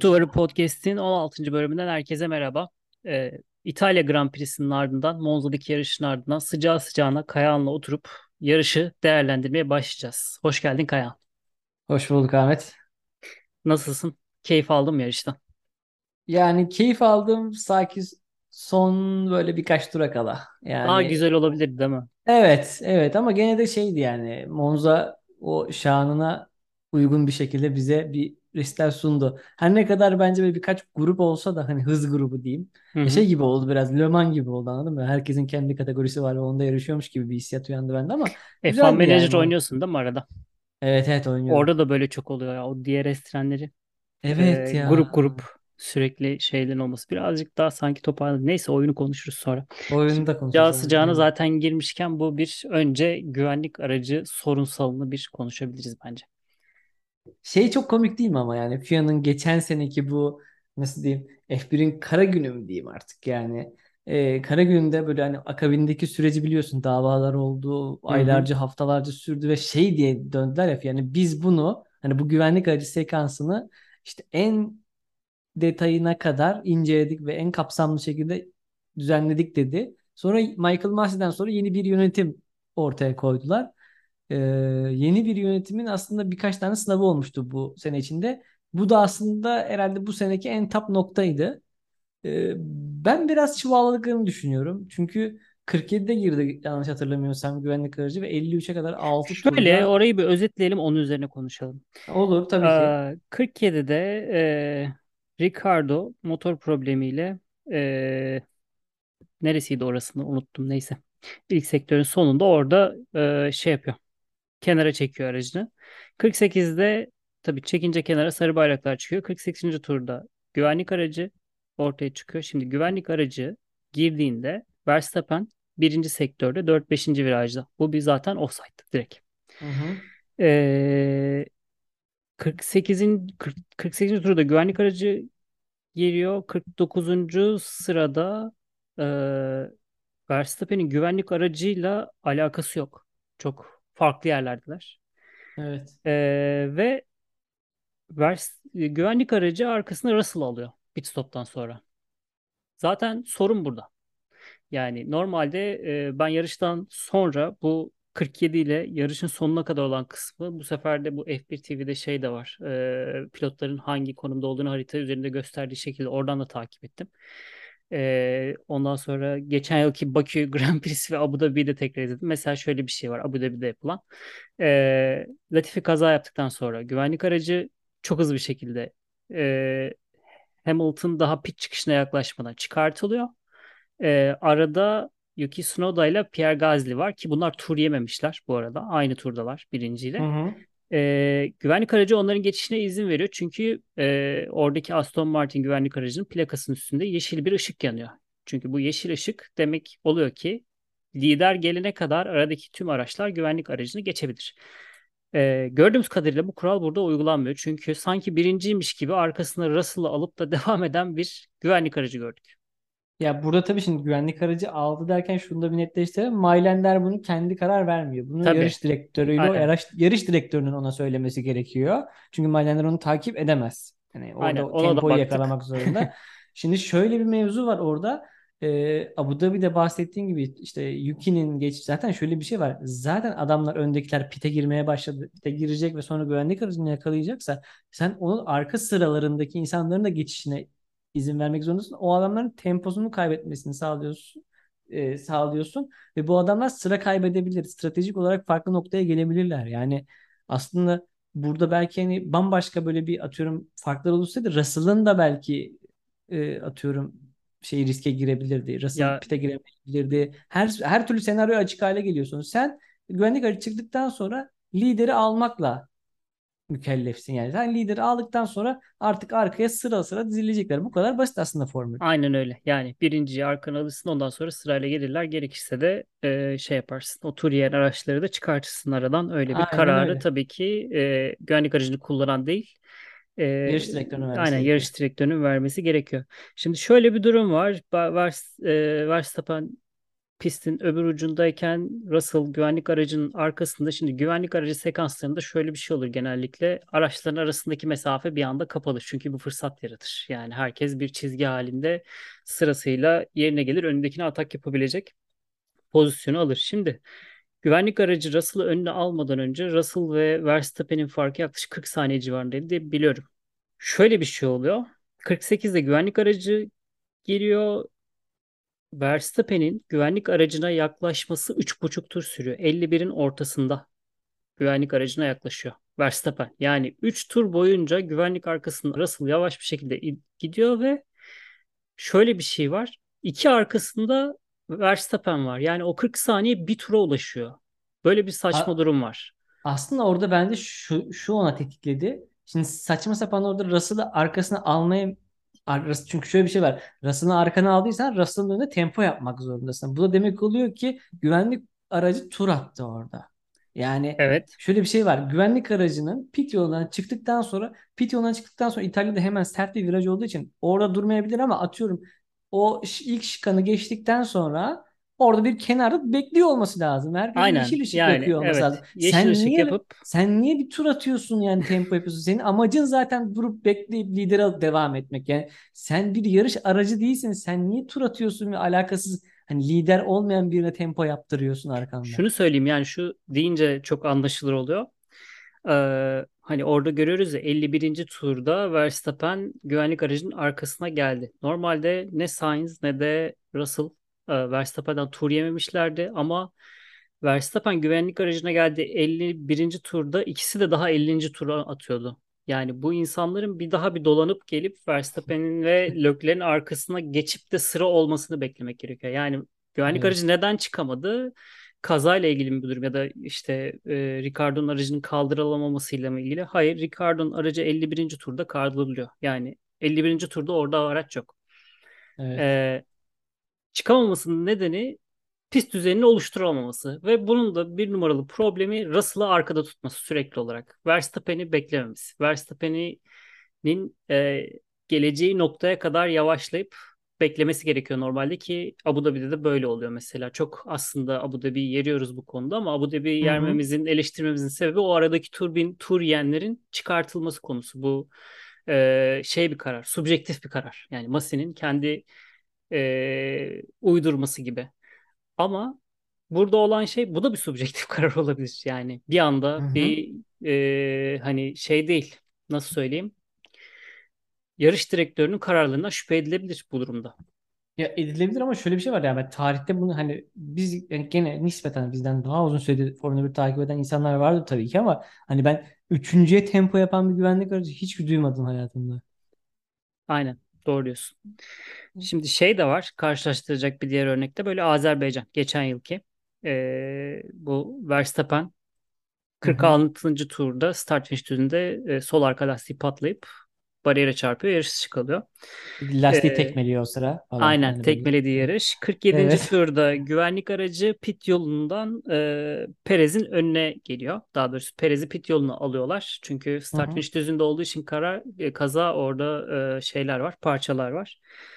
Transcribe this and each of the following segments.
Pit Duvarı Podcast'in 16. bölümünden herkese merhaba. İtalya Grand Prix'sinin ardından, Monza'daki yarışın ardından sıcağı sıcağına Kayahan'la oturup yarışı değerlendirmeye başlayacağız. Hoş geldin Kayahan. Hoş bulduk Ahmet. Nasılsın? Keyif aldın mı yarıştan? Yani keyif aldım sanki son böyle birkaç tura kala. Daha Yani güzel olabilirdi değil mi? evet ama gene de şeydi yani Monza o şanına uygun bir şekilde bize bir riskler sundu. Her ne kadar bence böyle birkaç grup olsa da hani hız grubu diyeyim. Hı Şey hı. gibi oldu biraz Le Mans gibi oldu anladın mı? Herkesin kendi kategorisi var ve onda yarışıyormuş gibi bir hissiyat uyandı bende ama F1 güzeldi yani. Manager oynuyorsun değil mi arada? Evet oynuyorum. Orada da böyle çok oluyor ya. O DRS trenleri Evet ya. grup sürekli şeylerin olması. Birazcık daha sanki toparladı. Neyse oyunu konuşuruz sonra. Oyunu Şimdi da sıcağı konuşuruz sıcağına aynen. zaten girmişken bu bir önce güvenlik aracı sorunsalını bir konuşabiliriz bence. Şey çok komik değil mi ama yani FIA'nın geçen seneki bu nasıl diyeyim F1'in kara günü mü diyeyim artık yani. Kara gününde böyle hani akabindeki süreci biliyorsun davalar oldu Hı hı. aylarca haftalarca sürdü ve şey diye döndüler ya yani biz bunu hani bu güvenlik aracı sekansını işte en detayına kadar inceledik ve en kapsamlı şekilde düzenledik dedi. Sonra Michael Masi'den sonra yeni bir yönetim ortaya koydular. Ee, Yeni bir yönetimin aslında birkaç tane sınavı olmuştu bu sene içinde. Bu da aslında herhalde bu seneki en top noktaydı. Ben biraz çuvalladıklarını düşünüyorum. Çünkü 47'de girdi yanlış hatırlamıyorsam güvenlik aracı ve 53'e kadar 6 Şöyle turda orayı bir özetleyelim, onun üzerine konuşalım. olur tabii ki. 47'de Ricardo motor problemiyle neresiydi orasını unuttum, neyse. İlk sektörün sonunda orada şey yapıyor. Kenara çekiyor aracını. 48'de tabii çekince kenara sarı bayraklar çıkıyor. 48. turda güvenlik aracı ortaya çıkıyor. Şimdi güvenlik aracı girdiğinde Verstappen birinci sektörde 4-5. virajda. Bu bir zaten offside direkt. Hı hı. Ee, 48. turda güvenlik aracı geliyor. 49. sırada e, Verstappen'in güvenlik aracıyla alakası yok. Çok farklı yerlerdeler. Evet. Ve güvenlik aracı arkasına Russell alıyor pit stop'tan sonra. Zaten sorun burada. Yani normalde ben yarıştan sonra bu 47 ile yarışın sonuna kadar olan kısmı, bu sefer de bu F1 TV'de şey de var. Pilotların hangi konumda olduğunu harita üzerinde gösterdiği şekilde oradan da takip ettim. Ondan sonra geçen yılki Bakü Grand Prix ve Abu Dhabi'yi de tekrar izledim. Mesela şöyle bir şey var Abu Dhabi'de yapılan. Latifi kaza yaptıktan sonra güvenlik aracı çok hızlı bir şekilde Hamilton daha pit çıkışına yaklaşmadan çıkartılıyor. Arada Yuki Tsunoda ile Pierre Gasly var ki bunlar tur yememişler bu arada. Aynı turdalar Hı birinciyle. hı. Güvenlik aracı onların geçişine izin veriyor. Çünkü oradaki Aston Martin güvenlik aracının plakasının üstünde yeşil bir ışık yanıyor. Çünkü bu yeşil ışık demek oluyor ki lider gelene kadar aradaki tüm araçlar güvenlik aracını geçebilir. Gördüğümüz kadarıyla bu kural burada uygulanmıyor. Çünkü sanki birinciymiş gibi arkasına Russell'ı alıp da devam eden bir güvenlik aracı gördük. Ya burada tabii şimdi güvenlik aracı aldı derken şunu da bir netleştirelim. Mailender bunu kendi karar vermiyor. Bunu Tabii. yarış direktörüyle o Aynen. yarış direktörünün ona söylemesi gerekiyor. Çünkü Mailender onu takip edemez. Yani Aynen. orada o Ona da tempoyu baktık. yakalamak zorunda. Şimdi şöyle bir mevzu var orada. Abu Dhabi'de bahsettiğin gibi işte Yuki'nin geç zaten şöyle bir şey var. Zaten adamlar öndekiler pite girmeye başladı. Pite girecek ve sonra güvenlik aracını yakalayacaksa sen onun arka sıralarındaki insanların da geçişine izin vermek zorundasın. O adamların temposunu kaybetmesini sağlıyorsun ve bu adamlar sıra kaybedebilir. Stratejik olarak farklı noktaya gelebilirler. Yani aslında burada belki hani bambaşka böyle bir atıyorum farklar olsaydı Russell'ın da belki atıyorum şey riske girebilirdi. Russell Ya pite girebilirdi. Her türlü senaryo açık hale geliyorsun. Sen güvenlik aracı çıktıktan sonra lideri almakla mükellefsin yani. Sen lideri aldıktan sonra artık arkaya sıra sıra dizilecekler. Bu kadar basit aslında formül. aynen öyle. Yani birinciyi arkana alırsın, ondan sonra sırayla gelirler. Gerekirse de şey yaparsın. O tur yiyen araçları da çıkartırsın aradan. Öyle bir Aynen kararı öyle. tabii ki güvenlik aracını kullanan değil. e, Yarış direktörünün vermesi aynen gerekiyor. yarış direktörünün vermesi gerekiyor. Şimdi şöyle bir durum var. Verstappen pistin öbür ucundayken Russell güvenlik aracının arkasında. Şimdi güvenlik aracı sekanslarında şöyle bir şey olur genellikle. Araçların arasındaki mesafe bir anda kapalır. Çünkü bu fırsat yaratır. Yani herkes bir çizgi halinde sırasıyla yerine gelir. Önündekine atak yapabilecek pozisyonu alır. Şimdi güvenlik aracı Russell'ı önüne almadan önce Russell ve Verstappen'in farkı yaklaşık 40 saniye civarındaydı diye biliyorum. Şöyle bir şey oluyor. 48'de güvenlik aracı geliyor. Verstappen'in güvenlik aracına yaklaşması 3,5 tur sürüyor. 51'in ortasında güvenlik aracına yaklaşıyor Verstappen. Yani 3 tur boyunca güvenlik arkasında Russell yavaş bir şekilde gidiyor ve şöyle bir şey var. İki arkasında Verstappen var. Yani o 40 saniye bir tura ulaşıyor. Böyle bir saçma A- durum var. Aslında orada bence şu ona tetikledi. Şimdi saçma sapan orada Russell'ı arkasına almaya çünkü şöyle bir şey var. Russell'ı arkana aldıysan Russell'ın önünde tempo yapmak zorundasın. Bu da demek oluyor ki güvenlik aracı tur attı orada. Yani Evet. şöyle bir şey var. Güvenlik aracının pit yolundan çıktıktan sonra İtalya'da hemen sert bir viraj olduğu için orada durmayabilir ama atıyorum o ilk şıkanı geçtikten sonra orada bir kenarda bekliyor olması lazım. Herkesin Aynen. yeşil ışık Yani yakıyor olması lazım. evet. Yeşil ışık yapıp Sen niye bir tur atıyorsun yani tempo yapıyorsun? Senin amacın zaten durup bekleyip lidere alıp devam etmek. Yani sen bir yarış aracı değilsin. Sen niye tur atıyorsun ve alakasız hani lider olmayan birine tempo yaptırıyorsun arkanda? şunu söyleyeyim, yani şu deyince çok anlaşılır oluyor. Hani orada görüyoruz ya, 51. turda Verstappen güvenlik aracının arkasına geldi. Normalde ne Sainz ne de Russell Verstappen'den tur yememişlerdi ama Verstappen güvenlik aracına geldi 51. turda, ikisi de daha 50. tura atıyordu. Yani bu insanların bir daha bir dolanıp gelip Verstappen'in ve Leclerc'in arkasına geçip de sıra olmasını beklemek gerekiyor. Yani güvenlik Evet. aracı neden çıkamadı? Kazayla ilgili mi bir durum ya da işte Ricardo'nun aracının kaldırılamamasıyla mı ilgili? Hayır, Ricardo'nun aracı 51. turda kaldırılıyor. Yani 51. turda orada araç yok. Evet. E, Çıkamamasının nedeni pist düzenini oluşturamaması ve bunun da bir numaralı problemi Russell'ı arkada tutması sürekli olarak. Verstappen'i beklememesi. Verstappen'in geleceği noktaya kadar yavaşlayıp beklemesi gerekiyor normalde ki Abu Dhabi'de de böyle oluyor mesela. Çok aslında Abu Dhabi'yi yeriyoruz bu konuda ama Abu Dhabi'yi Hı hı. yermemizin, eleştirmemizin sebebi o aradaki tur yiyenlerin çıkartılması konusu. Bu şey bir karar, subjektif bir karar. Yani Masi'nin kendi uydurması gibi. Ama burada olan şey, bu da bir subjektif karar olabilir. Yani bir Hı anda hı. bir hani şey değil, nasıl söyleyeyim, yarış direktörünün kararlarına şüphe edilebilir bu durumda. Ya edilebilir ama şöyle bir şey var yani tarihte bunu hani biz yani gene nispeten bizden daha uzun süredir Formula 1 takip eden insanlar vardı tabii ki ama hani ben üçüncüye tempo yapan bir güvenlik aracı hiç duymadım hayatımda. Aynen, doğru diyorsun. Şimdi şey de var, karşılaştıracak bir diğer örnekte böyle Azerbaycan geçen yılki. Bu Verstappen Hı hı. 46. turda start finish düzünde sol arka lastiği patlayıp bariyere çarpıyor, yarış dışı kalıyor. Lastiği Ee, tekmeliyor o sıra falan Aynen, hani böyle. tekmelediği yarış. 47. Evet. turda güvenlik aracı pit yolundan Perez'in önüne geliyor. Daha doğrusu Perez'i pit yoluna alıyorlar. Çünkü Hı start hı. finish düzünde olduğu için kaza orada şeyler var, parçalar var.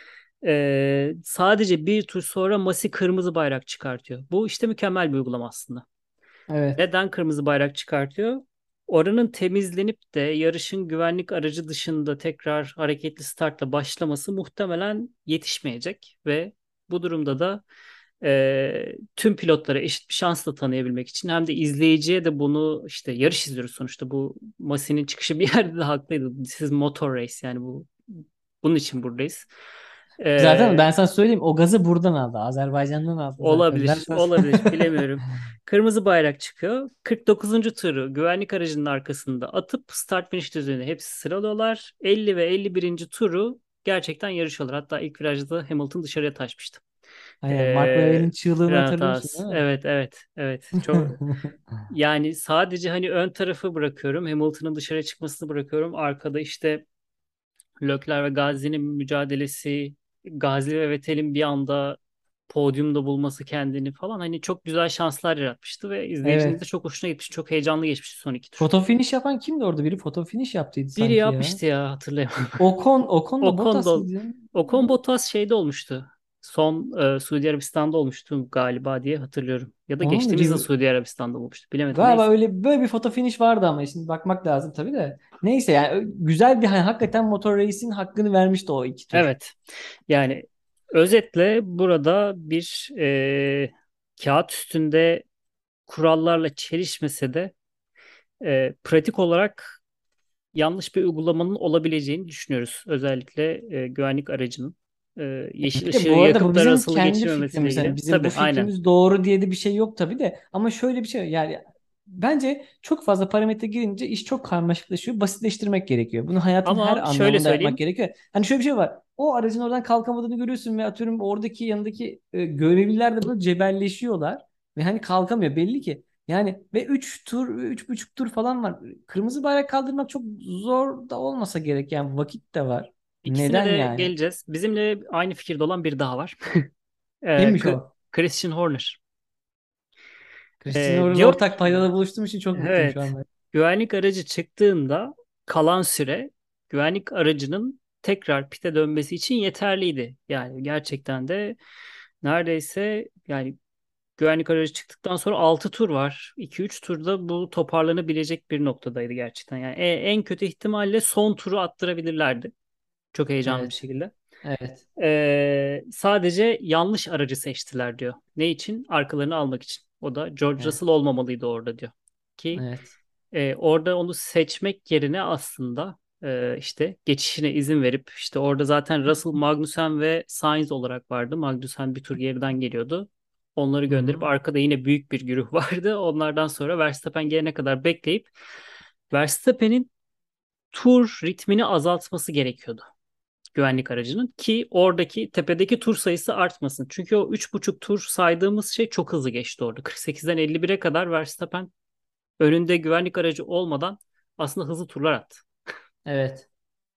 Sadece bir tur sonra Masi kırmızı bayrak çıkartıyor. Bu işte mükemmel bir uygulama aslında. Evet. Neden kırmızı bayrak çıkartıyor? Oranın temizlenip de yarışın güvenlik aracı dışında tekrar hareketli startla başlaması muhtemelen yetişmeyecek ve bu durumda da tüm pilotlara eşit bir şansla tanıyabilmek için hem de izleyiciye de, bunu işte yarış izliyoruz sonuçta, bu Masi'nin çıkışı bir yerde de haklıydı. This is motor race, yani bunun için buradayız. Zaten E, ben sana söyleyeyim o gazı buradan aldı. Azerbaycan'dan aldı zaten. Ben Olabilir, sana... olabilir. Bilemiyorum. Kırmızı bayrak çıkıyor. 49. turu güvenlik aracının arkasında atıp start finish düzeni hepsi sıralıyorlar. 50 ve 51. turu gerçekten yarışıyorlar. Hatta ilk virajda Hamilton dışarıya taşmıştı. Aynen. Mark Webber'in çığlığını Fren hatırlıyorsun hatası. değil mi? Evet, evet, evet. Çok, yani sadece hani ön tarafı bırakıyorum. Hamilton'ın dışarıya çıkmasını bırakıyorum. Arkada işte Lökler ve Gazi'nin mücadelesi, Gazi ve Vettel'in bir anda podyumda bulması kendini falan, hani çok güzel şanslar yaratmıştı ve izleyicinin de Evet. çok hoşuna gitmiş. Çok heyecanlı geçmişti son iki tur. Foto finish yapan kimdi orada? Biri foto finish yaptıydı Biri sanki ya. yapmıştı ya, hatırlayamam. Ocon da Ocon Bottas da mıydı? Ocon Bottas şeyde olmuştu. Son Suudi Arabistan'da olmuştu galiba diye hatırlıyorum. Ya da Onun geçtiğimiz yıl gibi Suudi Arabistan'da olmuştu. Bilemedim. galiba Neyse. öyle böyle bir foto finish vardı ama şimdi bakmak lazım tabii de. Neyse yani güzel bir hani hakikaten motor racing hakkını vermişti o iki tur. Evet. Yani özetle burada bir kağıt üstünde kurallarla çelişmese de pratik olarak yanlış bir uygulamanın olabileceğini düşünüyoruz. Özellikle güvenlik aracının yeşil Bir ışığı de bu arada bu yakıp da bizim Russell'ı kendi geçirmemesiyle fikrimiz. Yani ilgili. bizim bu Tabii, aynen. fikrimiz doğru diye de bir şey yok tabii de. Ama şöyle bir şey yani bence çok fazla parametre girince iş çok karmaşıklaşıyor. Basitleştirmek gerekiyor. Bunu hayatın her Ama şöyle anlamında yapmak söyleyeyim. gerekiyor. Hani şöyle bir şey var. O aracın oradan kalkamadığını görüyorsun ve atıyorum oradaki yanındaki görevliler de böyle cebelleşiyorlar. Ve hani kalkamıyor belli ki. Yani ve 3 tur, 3,5 tur falan var. Kırmızı bayrak kaldırmak çok zor da olmasa gerek. Yani vakit de var. İkisine Neden de yani? geleceğiz. Bizimle aynı fikirde olan biri daha var. Kimmiş o? Christian Horner. Christian Horner'la Diyor ortak ki, paydada buluştuğum için çok mutluyum şu evet, anda. güvenlik aracı çıktığında kalan süre güvenlik aracının tekrar pite dönmesi için yeterliydi. Yani gerçekten de neredeyse, yani güvenlik aracı çıktıktan sonra 6 tur var. 2-3 turda bu toparlanabilecek bir noktadaydı gerçekten. Yani en kötü ihtimalle son turu attırabilirlerdi. Çok heyecanlı bir Evet. şekilde. Evet. Sadece yanlış aracı seçtiler diyor. Ne için? Arkalarını almak için. O da George Evet. Russell olmamalıydı orada diyor. Ki Evet. orada onu seçmek yerine aslında işte geçişine izin verip, işte orada zaten Russell, Magnussen ve Sainz olarak vardı. Magnussen bir tur geriden geliyordu. Onları Hı gönderip hı. arkada yine büyük bir güruh vardı. Onlardan sonra Verstappen gelene kadar bekleyip Verstappen'in tur ritmini azaltması gerekiyordu güvenlik aracının, ki oradaki tepedeki tur sayısı artmasın. Çünkü o 3,5 tur saydığımız şey çok hızlı geçti orada. 48'den 51'e kadar Verstappen önünde güvenlik aracı olmadan aslında hızlı turlar attı. Evet.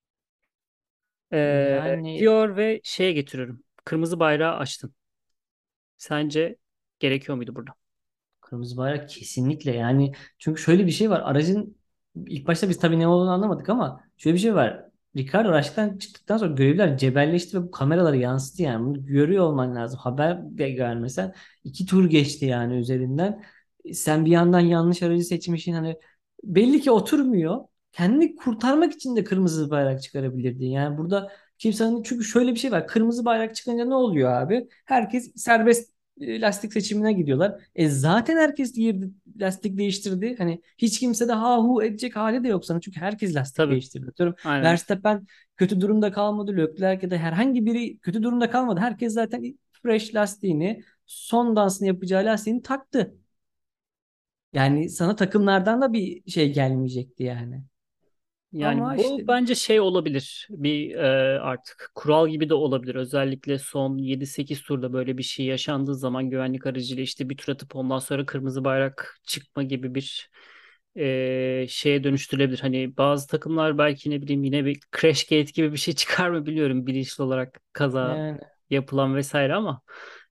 Yani Diyor ve şeye getiriyorum. Kırmızı bayrağı açtın. Sence gerekiyor muydu burada? kırmızı bayrak kesinlikle yani çünkü şöyle bir şey var. Aracın ilk başta biz tabii ne olduğunu anlamadık ama şöyle bir şey var. Ricardo araçtan çıktıktan sonra görevliler cebelleşti ve bu kameraları yansıttı yani. Bunu görüyor olman lazım. Haber de görmesen 2 tur geçti yani üzerinden. Sen bir yandan yanlış aracı seçmişsin hani belli ki oturmuyor. Kendini kurtarmak için de kırmızı bayrak çıkarabilirdi. Yani burada kimsenin çünkü şöyle bir şey var. Kırmızı bayrak çıkınca ne oluyor abi? Herkes serbest lastik seçimine gidiyorlar. Zaten herkes girdi lastik değiştirdi. Hani hiç kimse de ha hu edecek hali de yok sana. Çünkü herkes lastik Tabii. değiştirdi. Diyorum, Aynen. Verstappen kötü durumda kalmadı. Leclerc ya da herhangi biri kötü durumda kalmadı. Herkes zaten fresh lastiğini son dansını yapacağı lastiğini taktı. Yani sana takımlardan da bir şey gelmeyecekti yani. Ama Yani bu işte bence şey olabilir. Bir artık kural gibi de olabilir. Özellikle son 7-8 turda böyle bir şey yaşandığı zaman güvenlik aracıyla işte bir tur atıp ondan sonra kırmızı bayrak çıkma gibi bir şeye dönüştürülebilir. Hani bazı takımlar belki, ne bileyim, yine bir crash gate gibi bir şey çıkar mı bilmiyorum, bilinçli olarak kaza yani yapılan vesaire, ama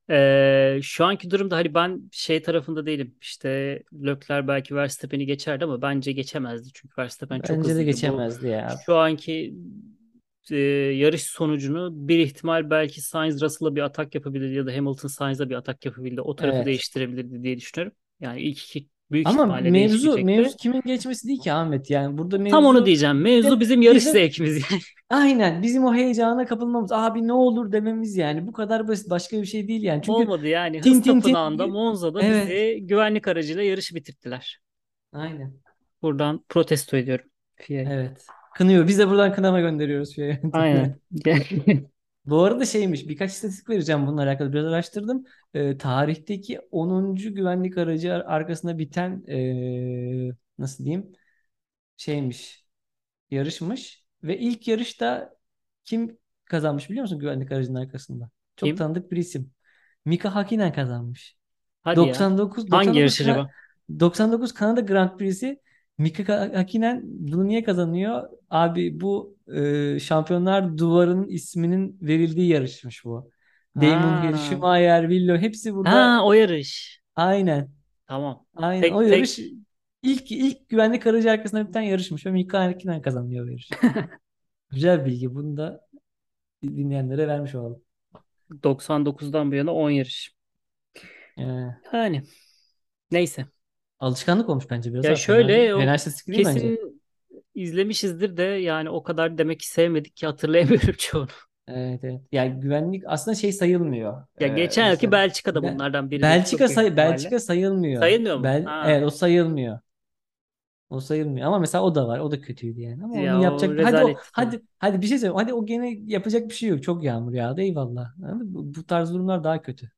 şu anki durumda hani ben şey tarafında değilim. İşte Leclerc belki Verstappen'i geçerdi ama bence geçemezdi. Çünkü Verstappen çok bence de hızlıydı. Bu geçemezdi ya. şu anki yarış sonucunu bir ihtimal belki Sainz Russell'a bir atak yapabilir ya da Hamilton Sainz'a bir atak yapabilirdi. O tarafı Evet. değiştirebilirdi diye düşünüyorum. Yani ilk iki büyük Ama ihtimalle mevzu değişmeyecekti. kimin geçmesi değil ki Ahmet. Yani burada Tam onu mevzu diyeceğim. Mevzu bizim bizim yarış bizim zevkimiz yani. aynen bizim o heyecana kapılmamız. Abi ne olur dememiz yani. Bu kadar basit. Başka bir şey değil yani. Çünkü Olmadı yani. Hız tin tin tin. tapınağında Monza'da Evet. bizi güvenlik aracıyla yarışı bitirttiler. Aynen. Buradan protesto ediyorum FIA'yı. Evet. Kınıyor. Biz de buradan kınama gönderiyoruz şu yönetime. Aynen. Bu arada şeymiş birkaç istatistik vereceğim bununla alakalı biraz araştırdım. Tarihteki 10. güvenlik aracı arkasında biten nasıl diyeyim şeymiş yarışmış ve ilk yarışta kim kazanmış biliyor musun güvenlik aracının arkasında? Çok Kim? tanıdık bir isim. Mika Hakkinen kazanmış. Hadi ya. 99 Hangi 99 yarış acaba? 99 Kanada Grand Prix'si Mika Hakkinen bunu niye kazanıyor? Abi bu Şampiyonlar Duvarı'nın isminin verildiği yarışmış bu. Damon Hill, Ha. Schumacher, Villeneuve hepsi Ha, burada o yarış. aynen. Tamam. Aynen o Tek tek. yarış ilk güvenlik aracı arkasında bir tane yarışmış ve Mika Hakkinen kazanıyor o yarışı. Güzel bilgi. Bunu da dinleyenlere vermiş olalım. 99'dan bu yana 10 yarış. Ee, Yani neyse. Alışkanlık olmuş bence biraz Ya ha. Fena değil. şöyle o Fena istatistik değil bence. kesin izlemişizdir de yani o kadar demek ki sevmedik ki hatırlayamıyorum çoğunu. Evet, evet. Yani güvenlik aslında şey sayılmıyor. Ya geçen yılki Mesela Belçika'da bunlardan biridir çok Belçika büyük ihtimalle. Belçika sayılmıyor. Sayılmıyor mu? Ha. Evet, o sayılmıyor. O sayılmıyor. Ama mesela o da var. O da kötüydü yani. Ama onu Ya o yapacak. Hadi rezaletti tabii. hadi bir şey söyleyeyim. Hadi o gene yapacak bir şey yok. Çok yağmur yağdı. Eyvallah. Anladın mı? Bu tarz durumlar daha kötü.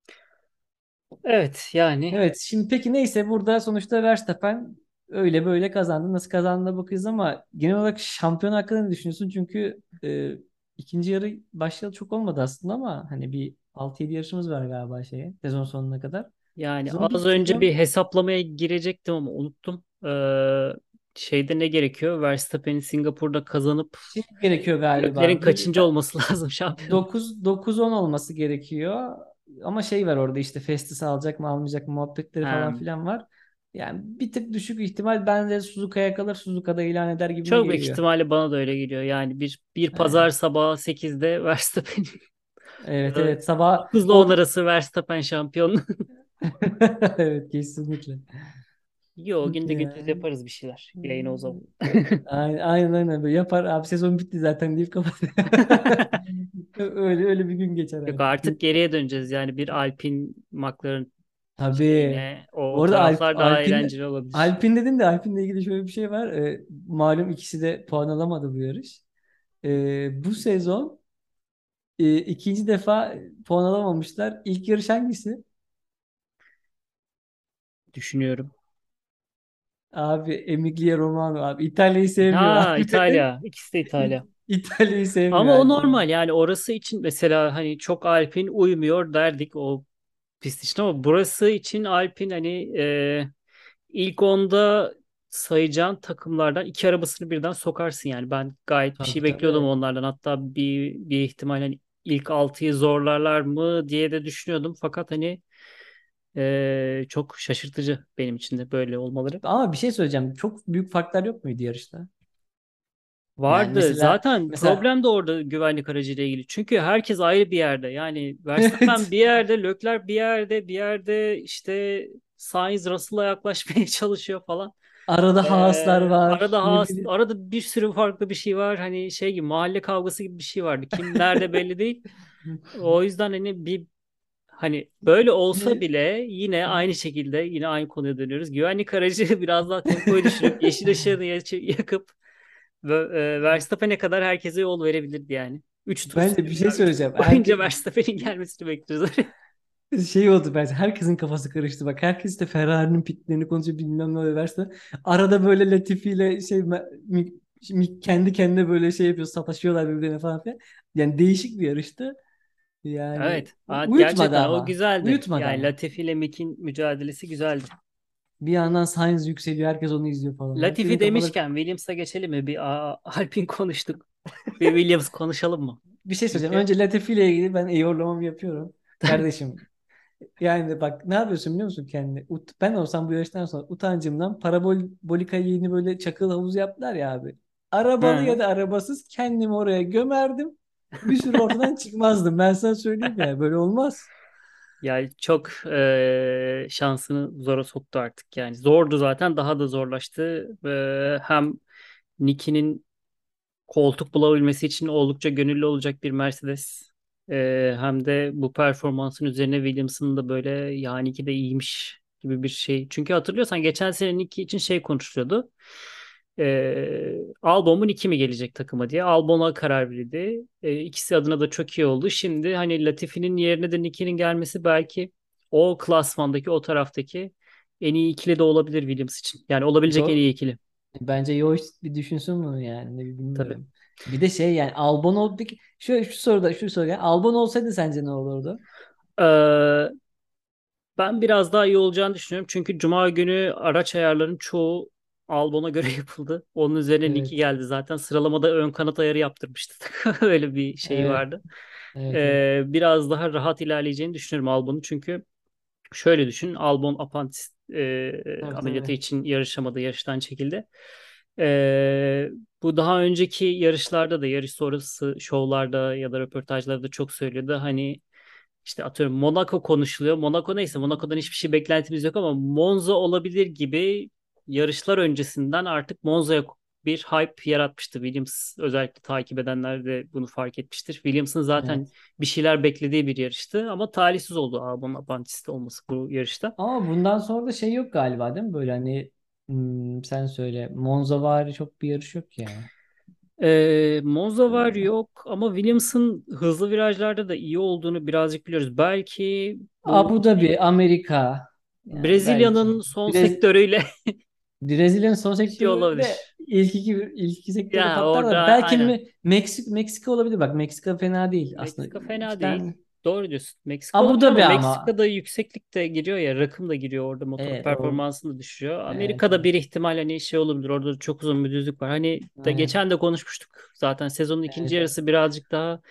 Evet yani Evet, şimdi peki neyse, burada sonuçta Verstappen öyle böyle kazandı. Nasıl kazandığına bakıyoruz ama genel olarak şampiyon hakkında ne düşünüyorsun? Çünkü ikinci yarı başlayalı çok olmadı aslında ama hani bir 6-7 yarışımız var galiba sezon sonuna kadar. yani Sezon az bit önce sezon bir hesaplamaya girecektim ama unuttum. Şeyde ne gerekiyor? Verstappen'in Singapur'da kazanıp şey gerekiyor Leclerc'in galiba. kaçıncı olması lazım şampiyon? 9-10 olması gerekiyor. Ama şey var orada, işte Festus'u alacak mı almayacak mı muhabbetleri falan Ha. filan var. Yani bir tık düşük ihtimal bence Suzuka'ya kalır, Suzuka'da ilan eder gibime Çok büyük geliyor. ihtimalle bana da öyle geliyor. Yani bir pazar Evet. sabahı 8'de Verstappen'in Evet, evet, sabah 9 ile 10 o arası Verstappen şampiyon. evet, kesinlikle. Yo, günde gündüz Ya. yaparız bir şeyler. Yayını o zaman. Aynen böyle yapar abi, sezon bitti zaten deyip kapatır. Öyle bir gün geçer Yok artık. artık geriye döneceğiz. Yani bir Alpine McLaren Tabii. şeyine o Bu arada taraflar daha eğlenceli olabilir. Alpin dedin de Alpin'le ilgili şöyle bir şey var. Malum ikisi de puan alamadı bu yarış. Bu sezon ikinci defa puan alamamışlar. İlk yarış hangisi? Düşünüyorum. Abi Emilia Romagna abi. İtalya'yı sevmiyor Ha, abi. İtalya. İkisi de İtalya. İtalya'yı Ama sevmiyor o Alpin. normal yani orası için mesela hani çok Alpine uymuyor derdik o pist için ama burası için Alpine hani ilk onda sayacağın takımlardan iki arabasını birden sokarsın yani. Ben gayet bir Tabii, şey bekliyordum tabii. onlardan. Hatta bir ihtimal hani ilk altıyı zorlarlar mı diye de düşünüyordum. Fakat hani çok şaşırtıcı benim için de böyle olmaları. Ama bir şey söyleyeceğim. Çok büyük farklar yok muydu yarışta? Yani Vardı. mesela Zaten mesela problem de orada güvenlik aracıyla ilgili. Çünkü herkes ayrı bir yerde. Yani Verstappen evet, bir yerde, Leclerc bir yerde işte Sainz Russell'a yaklaşmaya çalışıyor falan. arada Haaslar var. Ne bileyim. Arada bir sürü farklı bir şey var. Hani şey gibi mahalle kavgası gibi bir şey vardı. Kim nerede belli değil. O yüzden hani hani böyle olsa Bir- bile yine aynı şekilde yine aynı konuya dönüyoruz. Güvenlik aracı biraz daha tempoyu düşürüp yeşil ışığını yakıp Verstappen'e kadar herkese yol verebilirdi yani. 3 tur Bence bir sürdü şey ya. 3 tur söyleyeceğim. boyunca Verstappen'in gelmesini bekliyoruz. Şey oldu bence, herkesin kafası karıştı. Bak, herkes de Ferrari'nin pitlerini konuşuyor, bilmem ne oluyor verse. Arada böyle Latifi ile kendi kendine böyle şey yapıyor, sataşıyorlar birbirine falan filan. Yani değişik bir yarıştı. Yani Evet. uyutmadı Gerçekten o ama. güzeldi. Uyutmadı Yani ama. Latifi ile Mick'in mücadelesi güzeldi. Bir yandan Sainz yükseliyor, herkes onu izliyor falan. Herkesin Latifi kafaları. demişken Williams'a geçelim mi? Alpine konuştuk. Bir Williams konuşalım mı? Bir şey söyleyeceğim. Çünkü Önce Latifi ile ilgili ben eyvallamamı yapıyorum. Kardeşim, yani bak, ne yapıyorsun biliyor musun kendini? Ben olsam bu yarıştan sonra utancımdan parabolika yeni böyle çakıl havuz yaptılar ya abi. Arabalı ya hı. da arabasız kendimi oraya gömerdim. Bir süre ortadan çıkmazdım. Ben sana söyleyeyim ya, böyle olmaz. Yani çok şansını zora soktu artık yani. Zordu zaten daha da zorlaştı. Hem Nicky'nin koltuk bulabilmesi için oldukça gönüllü olacak bir Mercedes. Hem de bu performansın üzerine Williams'ın da böyle yani ki de iyiymiş gibi bir şey. Çünkü hatırlıyorsan geçen sene Nicky için şey konuşuluyordu. Albon'un iki mi gelecek takıma diye. Albon'a karar verildi. İkisi adına da çok iyi oldu. Şimdi hani Latifi'nin yerine de Nicky'nin gelmesi belki o klasmandaki o taraftaki en iyi ikili de olabilir Williams için. Yani olabilecek en Yo, iyi ikili. bence Yoş bir düşünsün bunu yani, ne Tabii. bilmiyorum. Bir de şey, yani Albon oldu. Şu soru yani, Albon olsaydı sence ne olurdu? Ee, Ben biraz daha iyi olacağını düşünüyorum. Çünkü Cuma günü araç ayarlarının çoğu Albon'a göre yapıldı. Onun üzerine Nicky Evet. geldi zaten. Sıralamada ön kanat ayarı yaptırmıştık. Öyle bir şey Evet. vardı. Evet, evet. Biraz daha rahat ilerleyeceğini düşünüyorum Albon'un. Çünkü şöyle düşün. Albon apandisit Tabii, ameliyatı tabii. için yarışamadı. Yarıştan çekildi. Ee, Bu daha önceki yarışlarda da, yarış sonrası şovlarda ya da röportajlarda çok söylüyordu. Hani işte atıyorum Monaco konuşuluyor. Monaco neyse, Monaco'dan hiçbir şey beklentimiz yok ama Monza olabilir gibi yarışlar öncesinden artık Monza'ya bir hype yaratmıştı. Williams, özellikle takip edenler de bunu fark etmiştir. Williams'ın zaten Evet. bir şeyler beklediği bir yarıştı ama talihsiz oldu Albon'un Apantis'te olması bu yarışta. Ama bundan sonra da şey yok galiba değil mi? Böyle hani sen söyle, Monzavari çok bir yarış yok yani. Monza var yok ama Williams'ın hızlı virajlarda da iyi olduğunu birazcık biliyoruz. Belki bu Abu Dhabi, Amerika, yani belki Brezilya'nın son sektörüyle Brezilya'nın son bir şey sektöründe olabilir. ilk iki sektörde Ya patlar orada da belki aynen. Meksika olabilir, bak Meksika fena değil aslında. Meksika fena İki değil. tane. Doğru diyorsun. Meksika Abu olabilir ama Dhabi ama. Meksika'da yükseklikte giriyor ya, rakım da giriyor orada, motor Evet o, performansını da düşürüyor. evet, Amerika'da evet. bir ihtimal hani şey olabilir. Orada çok uzun bir düzlük var. Hani de Aynen. geçen de konuşmuştuk. Zaten sezonun ikinci Evet, evet. yarısı birazcık daha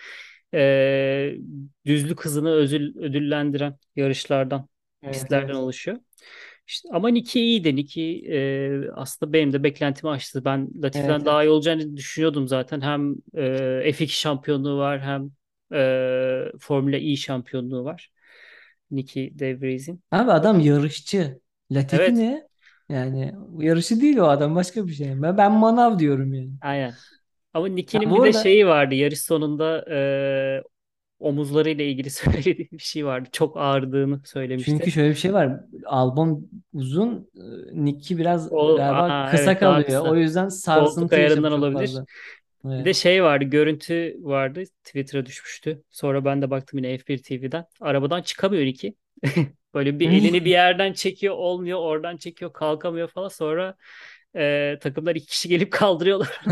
düzlük hızını ödüllendiren yarışlardan, Evet, pistlerden evet. oluşuyor. İşte, ama Niki iyiydi. Niki aslında benim de beklentimi aştı. Ben Evet, Latifi'den daha iyi evet. olacağını düşünüyordum zaten. Hem F2 şampiyonluğu var, hem Formula E şampiyonluğu var. Niki De Vries'in. Abi adam yarışçı. Latifi Evet, ne? Yani yarışı değil o adam, başka bir şey. Ben manav diyorum yani. aynen. Ama Ha, Niki'nin bir bu de arada şeyi vardı. Yarış sonunda omuzlarıyla ilgili söylediği bir şey vardı. Çok ağrıdığını çünkü söylemişti. şöyle bir şey var. Albüm uzun, Nick'i biraz O, galiba kısa evet, daha kalıyor. O kısa. yüzden Koltuk sarsıntı ayarından yaşamış çok olabilir. fazla. Bir de Evet. şey vardı, görüntü vardı. Twitter'a düşmüştü. Sonra ben de baktım yine F1 TV'den. Arabadan çıkamıyor iki. Böyle bir elini bir yerden çekiyor, olmuyor. Oradan çekiyor, kalkamıyor falan. Sonra takımlar iki kişi gelip kaldırıyorlar.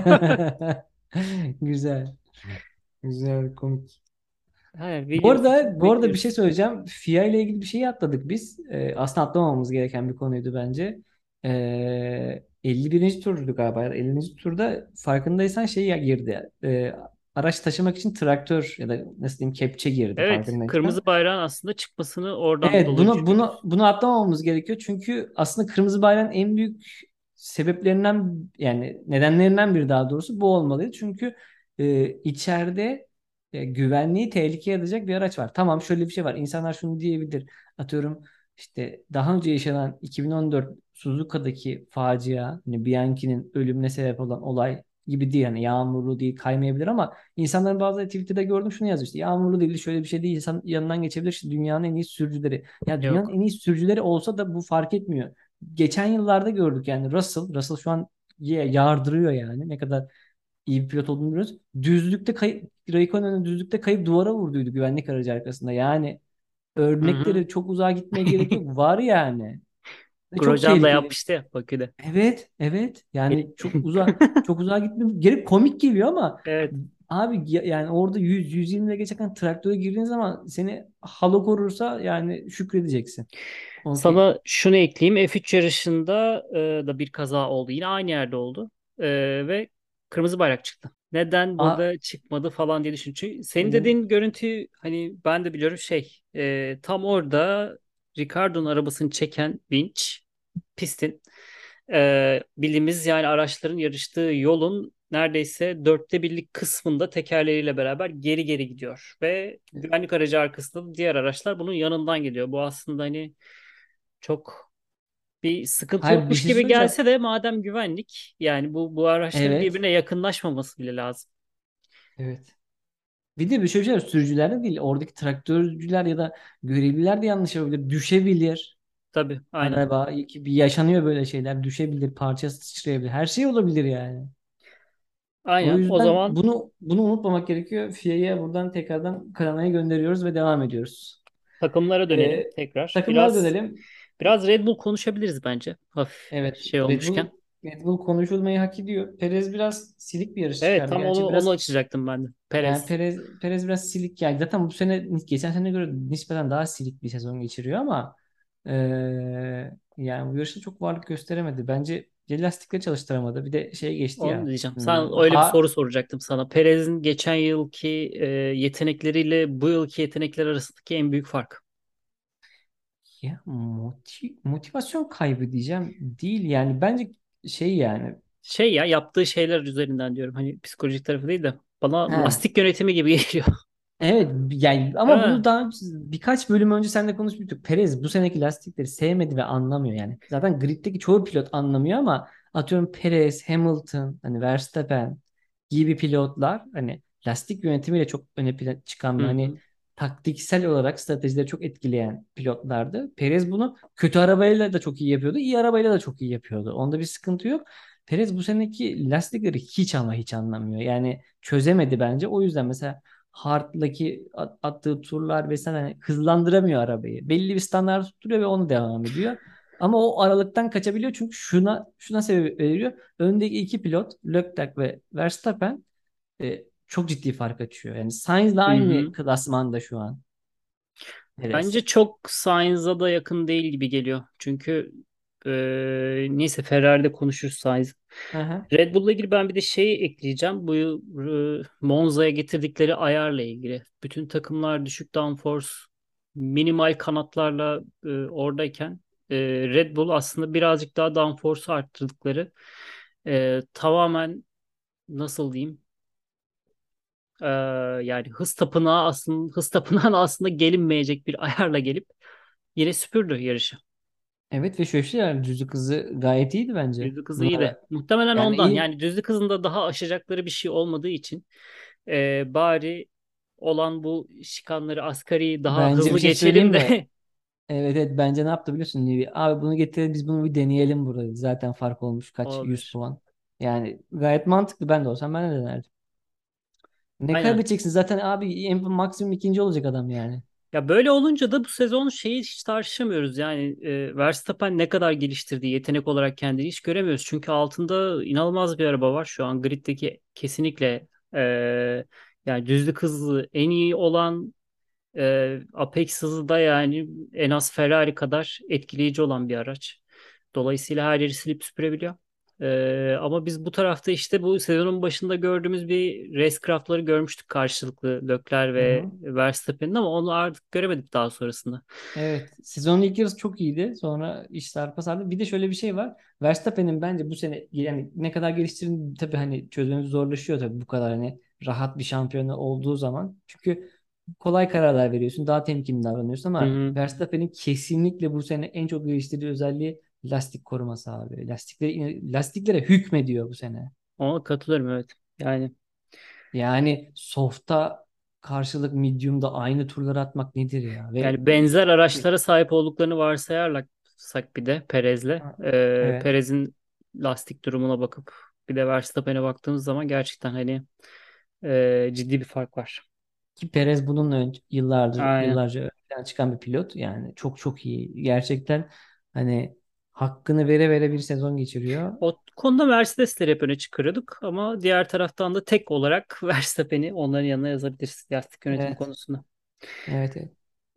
Güzel. Güzel, komik. Aynen, Bu Williams için arada, bir şey bekliyoruz. söyleyeceğim. FIA ile ilgili bir şey atladık biz. Aslında atlamamamız gereken bir konuydu bence. 51. turdu galiba. Ya da 50. turda farkındaysan şey girdi. Araç taşımak için traktör ya da nasıl diyeyim, kepçe girdi Evet, farkındaysan. kırmızı bayrağın aslında çıkmasını oradan Evet, dolayı bunu düşünüyoruz. bunu atlamamamız gerekiyor. Çünkü aslında kırmızı bayrağın en büyük sebeplerinden, yani nedenlerinden biri daha doğrusu bu olmalıydı. Çünkü içeride güvenliği tehlikeye atacak bir araç var. Tamam, şöyle bir şey var. İnsanlar şunu diyebilir. Atıyorum, işte daha önce yaşanan 2014 Suzuka'daki facia, hani Bianchi'nin ölümüne sebep olan olay gibi değil. Yani yağmurlu değil, kaymayabilir ama insanların bazıları Twitter'da gördüm şunu yazıyor, işte yağmurlu değil, şöyle bir şey değil, insan yanından geçebilir, işte dünyanın en iyi sürücüleri. Ya dünyanın en Yok. iyi sürücüleri olsa da bu fark etmiyor. Geçen yıllarda gördük yani, Russell şu an yardırıyor yani, ne kadar iyi bir pilot olduğunu biliyoruz. Düzlükte kayıp, Raikkonen'in düzlükte kayıp duvara vurduydu güvenlik aracı arkasında. Yani Hı hı. örnekleri çok uzağa gitmeye gerek yok. Var yani. Ve çok Grosjean da tehlikeli. yapmıştı ya Bakü'de. Evet, evet. Yani Benim- çok uzağa gitme gerek, komik geliyor ama Evet. abi yani orada 100-120 ile geçerken traktöre girdiğin zaman seni halo korursa yani şükredeceksin. Okey. Sana şunu ekleyeyim. F3 yarışında da bir kaza oldu. Yine aynı yerde oldu. Ve kırmızı bayrak çıktı. Neden A, burada çıkmadı falan diye düşün. Çünkü senin benim dediğin görüntü, hani ben de biliyorum, şey, tam orada Ricardo'nun arabasını çeken vinç, pistin, bildiğimiz yani araçların yarıştığı yolun neredeyse dörtte birlik kısmında tekerleriyle beraber geri geri gidiyor. Ve güvenlik aracı arkasında da diğer araçlar bunun yanından gidiyor. Bu aslında hani çok bir sıkıntı hayır, bir yokmuş şey gibi söyleyeceğim. gelse de, madem güvenlik, yani bu araçların Evet. birbirine yakınlaşmaması bile lazım. Evet. Bir de bir şey söyleyeceğim. Sürücüler de değil. Oradaki traktörcüler ya da görevliler de yanlış yapabilir. Düşebilir. Tabii, aynen. Araba bir yaşanıyor böyle şeyler. Düşebilir. Parçası sıçrayabilir. Her şey olabilir yani. O Aynen. O yüzden zaman bunu unutmamak gerekiyor. FIA'ya buradan tekrardan kanamayı gönderiyoruz ve devam ediyoruz. takımlara dönelim Ee, tekrar. Takımlara dönelim. Biraz Red Bull konuşabiliriz bence. Hafif Evet, şey olmuşken. Red Bull konuşulmayı hak ediyor. Perez biraz silik bir yarış Evet, çıkardı. tam Gerçi onu biraz, açacaktım ben de. yani Perez. Perez biraz silik geldi. Zaten bu sene geçen sene göre nispeten daha silik bir sezon geçiriyor ama yani bu yarışta çok varlık gösteremedi. Bence lastikleri çalıştıramadı. Bir de şey geçti Onu ya. diyeceğim. Sen öyle bir Ha soru soracaktım sana. Perez'in geçen yılki yetenekleriyle bu yılki yetenekler arasındaki en büyük fark. ya motivasyon kaybı diyeceğim. Değil yani, bence şey yani. Şey ya, yaptığı şeyler üzerinden diyorum. Hani psikolojik tarafı değil de bana He. lastik yönetimi gibi geliyor. Evet yani ama bunu Ha, daha birkaç bölüm önce seninle konuşmuştuk. Perez bu seneki lastikleri sevmedi ve anlamıyor yani. Zaten griddeki çoğu pilot anlamıyor ama atıyorum Perez, Hamilton, hani Verstappen gibi pilotlar hani lastik yönetimiyle çok öne çıkan hı ve hani hı. taktiksel olarak stratejileri çok etkileyen pilotlardı. Perez bunu kötü arabayla da çok iyi yapıyordu, iyi arabayla da çok iyi yapıyordu. Onda bir sıkıntı yok. Perez bu seneki lastikleri hiç ama hiç anlamıyor. Yani çözemedi bence. O yüzden mesela Hard'daki attığı turlar vesaire hani hızlandıramıyor arabayı. Belli bir standart tutturuyor ve onu devam ediyor. Ama o aralıktan kaçabiliyor çünkü şuna sebep veriyor. Öndeki iki pilot Leclerc ve Verstappen çok ciddi fark açıyor. Yani Sainz'la Hı aynı hı. klasmanda şu an Bence Perez. çok Sainz'a da yakın değil gibi geliyor. Çünkü neyse, Ferrari'de konuşuruz Sainz. Aha. Red Bull'la ilgili ben bir de şeyi ekleyeceğim. Bu Monza'ya getirdikleri ayarla ilgili. Bütün takımlar düşük downforce, minimal kanatlarla oradayken Red Bull aslında birazcık daha downforce'u arttırdıkları, tamamen nasıl diyeyim, e, yani hız tapınağına aslında gelinmeyecek bir ayarla gelip yine süpürdü yarışı. Evet ve şöyle bir şey yani düzlük hızı gayet iyiydi bence. Düzlük hızı iyi de. Bunlara Muhtemelen yani ondan. iyi. Yani düzlük hızında daha aşacakları bir şey olmadığı için bari olan bu şikanları, asgari daha Bence bir hızlı şey söyleyeyim geçelim mi? de Evet, evet, bence ne yaptı biliyorsun Nevi? Abi bunu getirelim biz bunu bir deneyelim burada dedi. Zaten fark olmuş kaç 100 olabilir. puan. Yani gayet mantıklı, ben de olsam ben de denerdim. Ne Aynen. kaybedeceksin zaten abi, en maksimum ikinci olacak adam yani. Ya böyle olunca da bu sezon şeyi hiç tartışamıyoruz. Yani Verstappen ne kadar geliştirdi yetenek olarak kendini hiç göremiyoruz. Çünkü altında inanılmaz bir araba var. Şu an griddeki kesinlikle e, yani düzlük hızlı en iyi olan, Apex hızı da yani en az Ferrari kadar etkileyici olan bir araç. Dolayısıyla her yeri silip süpürebiliyor. Ama biz bu tarafta işte bu sezonun başında gördüğümüz bir racecraft'ları görmüştük karşılıklı, Leclerc Hı ve hı. Verstappen'in, ama onu artık göremedik daha sonrasında. Evet. Sezonun ilk yarısı çok iyiydi. Sonra iş sarpa sardı. Bir de şöyle bir şey var. Verstappen'in bence bu sene yani ne kadar geliştirdiğini tabii hani çözmemiz zorlaşıyor tabii bu kadar hani rahat bir şampiyonu olduğu zaman. Çünkü kolay kararlar veriyorsun. Daha temkinli davranıyorsun Hı ama hı. Verstappen'in kesinlikle bu sene en çok geliştirdiği özelliği lastik koruması abi. Lastiklere hükmediyor bu sene. Ona katılıyorum, evet. Yani Yani soft'a karşılık medium'da aynı turları atmak nedir ya? Ve yani benzer araçlara sahip olduklarını varsayarsak bir de Perez'le, evet. Perez'in lastik durumuna bakıp bir de Verstappen'e baktığımız zaman gerçekten hani ciddi bir fark var. Ki Perez bununla Aynen. yıllarca ön plana çıkan bir pilot. Yani çok çok iyi. Gerçekten hani hakkını vere vere bir sezon geçiriyor. O konuda Mercedes'leri hep öne çıkarıyorduk ama diğer taraftan da tek olarak Verstappen'i onların yanına yazabiliriz lastik yönetimi Evet. konusunda. Evet, evet.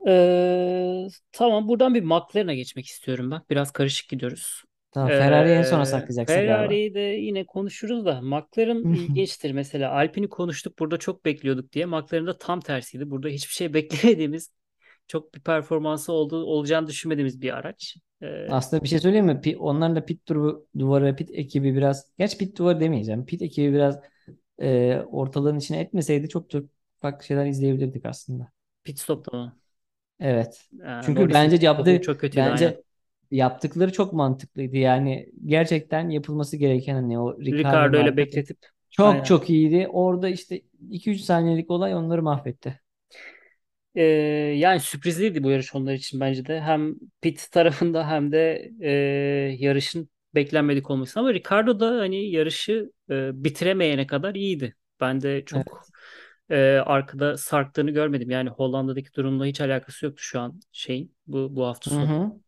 Tamam, buradan bir McLaren'a geçmek istiyorum ben. Biraz karışık gidiyoruz. Tamam, Ferrari'yi en sona saklayacaksın galiba. Ferrari'yi de yine konuşuruz da McLaren ilginçtir. Mesela Alpine'i konuştuk, burada çok bekliyorduk diye. McLaren'da tam tersiydi. Burada hiçbir şey beklemediğimiz, çok bir performansı olacağını düşünmediğimiz bir araç. Aslında bir şey söyleyeyim mi? Onların da duvarı, pit ekibi biraz, gerçi pit duvarı demeyeceğim. Pit ekibi biraz ortaların içine etmeseydi çok çok farklı şeyler izleyebilirdik aslında. Pit stop'ta mı? Evet. Çünkü Norris'in bence pit stopu çok kötüydü, aynen. yaptıkları çok mantıklıydı. Yani gerçekten yapılması gereken hani o Ricardo Ricardo'nun ile arkada bekletip çok aynen. çok iyiydi. Orada işte 2-3 saniyelik olay onları mahvetti. Ee, Yani sürprizliydi bu yarış onlar için bence de. Hem pit tarafında hem de yarışın beklenmedik olması. Ama Ricardo da hani yarışı bitiremeyene kadar iyiydi. Ben de çok Evet. arkada sarktığını görmedim. Yani Hollanda'daki durumla hiç alakası yoktu şu an şeyin, bu hafta Hı sonu. hı.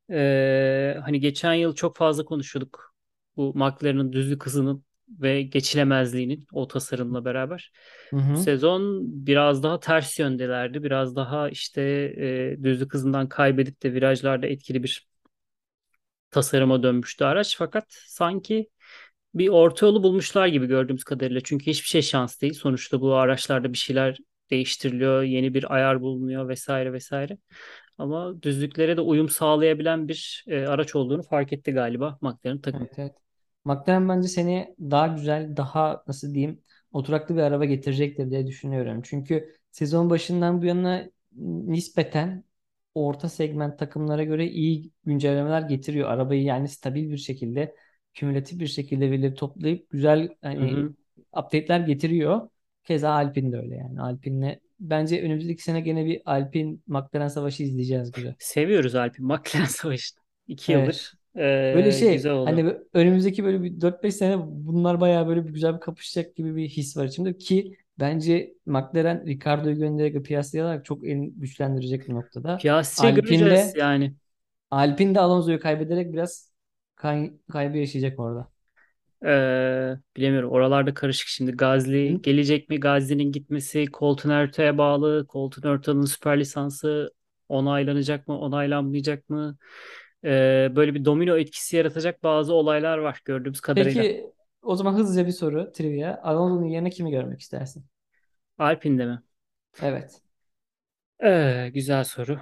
Hani geçen yıl çok fazla konuşuyorduk bu McLaren'ın düzlük hızının ve geçilemezliğinin o tasarımla beraber. Hı Bu hı. sezon biraz daha ters yöndelerdi. Biraz daha işte düzlük hızından kaybedip de virajlarda etkili bir tasarıma dönmüştü araç. Fakat sanki bir orta yolu bulmuşlar gibi gördüğümüz kadarıyla. Çünkü hiçbir şey şans değil. Sonuçta bu araçlarda bir şeyler değiştiriliyor, yeni bir ayar bulunuyor vesaire vesaire. Ama düzlüklere de uyum sağlayabilen bir araç olduğunu fark etti galiba McLaren takımı. Evet, evet. McLaren bence seni daha güzel, daha nasıl diyeyim, oturaklı bir araba getirecektir diye düşünüyorum. Çünkü sezon başından bu yana nispeten orta segment takımlara göre iyi güncellemeler getiriyor. Arabayı yani stabil bir şekilde, kümülatif bir şekilde verileri toplayıp güzel Hı hani hı. update'ler getiriyor. Keza Alpine de öyle yani. Alpine'le bence önümüzdeki sene gene bir Alpine McLaren savaşı izleyeceğiz gibi. Seviyoruz Alp'in McLaren Savaşı'nı. 2 yıldır. Evet. Böyle Güzel hani oldu. önümüzdeki böyle bir 4-5 sene bunlar bayağı böyle bir güzel bir kapışacak gibi bir his var içimde ki bence McLaren Ricardo'yu göndererek piyasayarak çok güçlendirecek bir noktada. Piastri göreceğiz De yani. Alpine de Alonso'yu kaybederek biraz kaybı yaşayacak orada. Bilemiyorum. Oralarda karışık şimdi. Gazli Hı? gelecek mi? Gazli'nin gitmesi Colton Herta'ya bağlı. Colton Herta'nın süper lisansı onaylanacak mı? Onaylanmayacak mı? Böyle bir domino etkisi yaratacak bazı olaylar var gördüğümüz kadarıyla. Peki o zaman hızlıca bir soru trivia. Alonso'nun yerine kimi görmek istersin? Alpine'de mi? Evet. Güzel soru.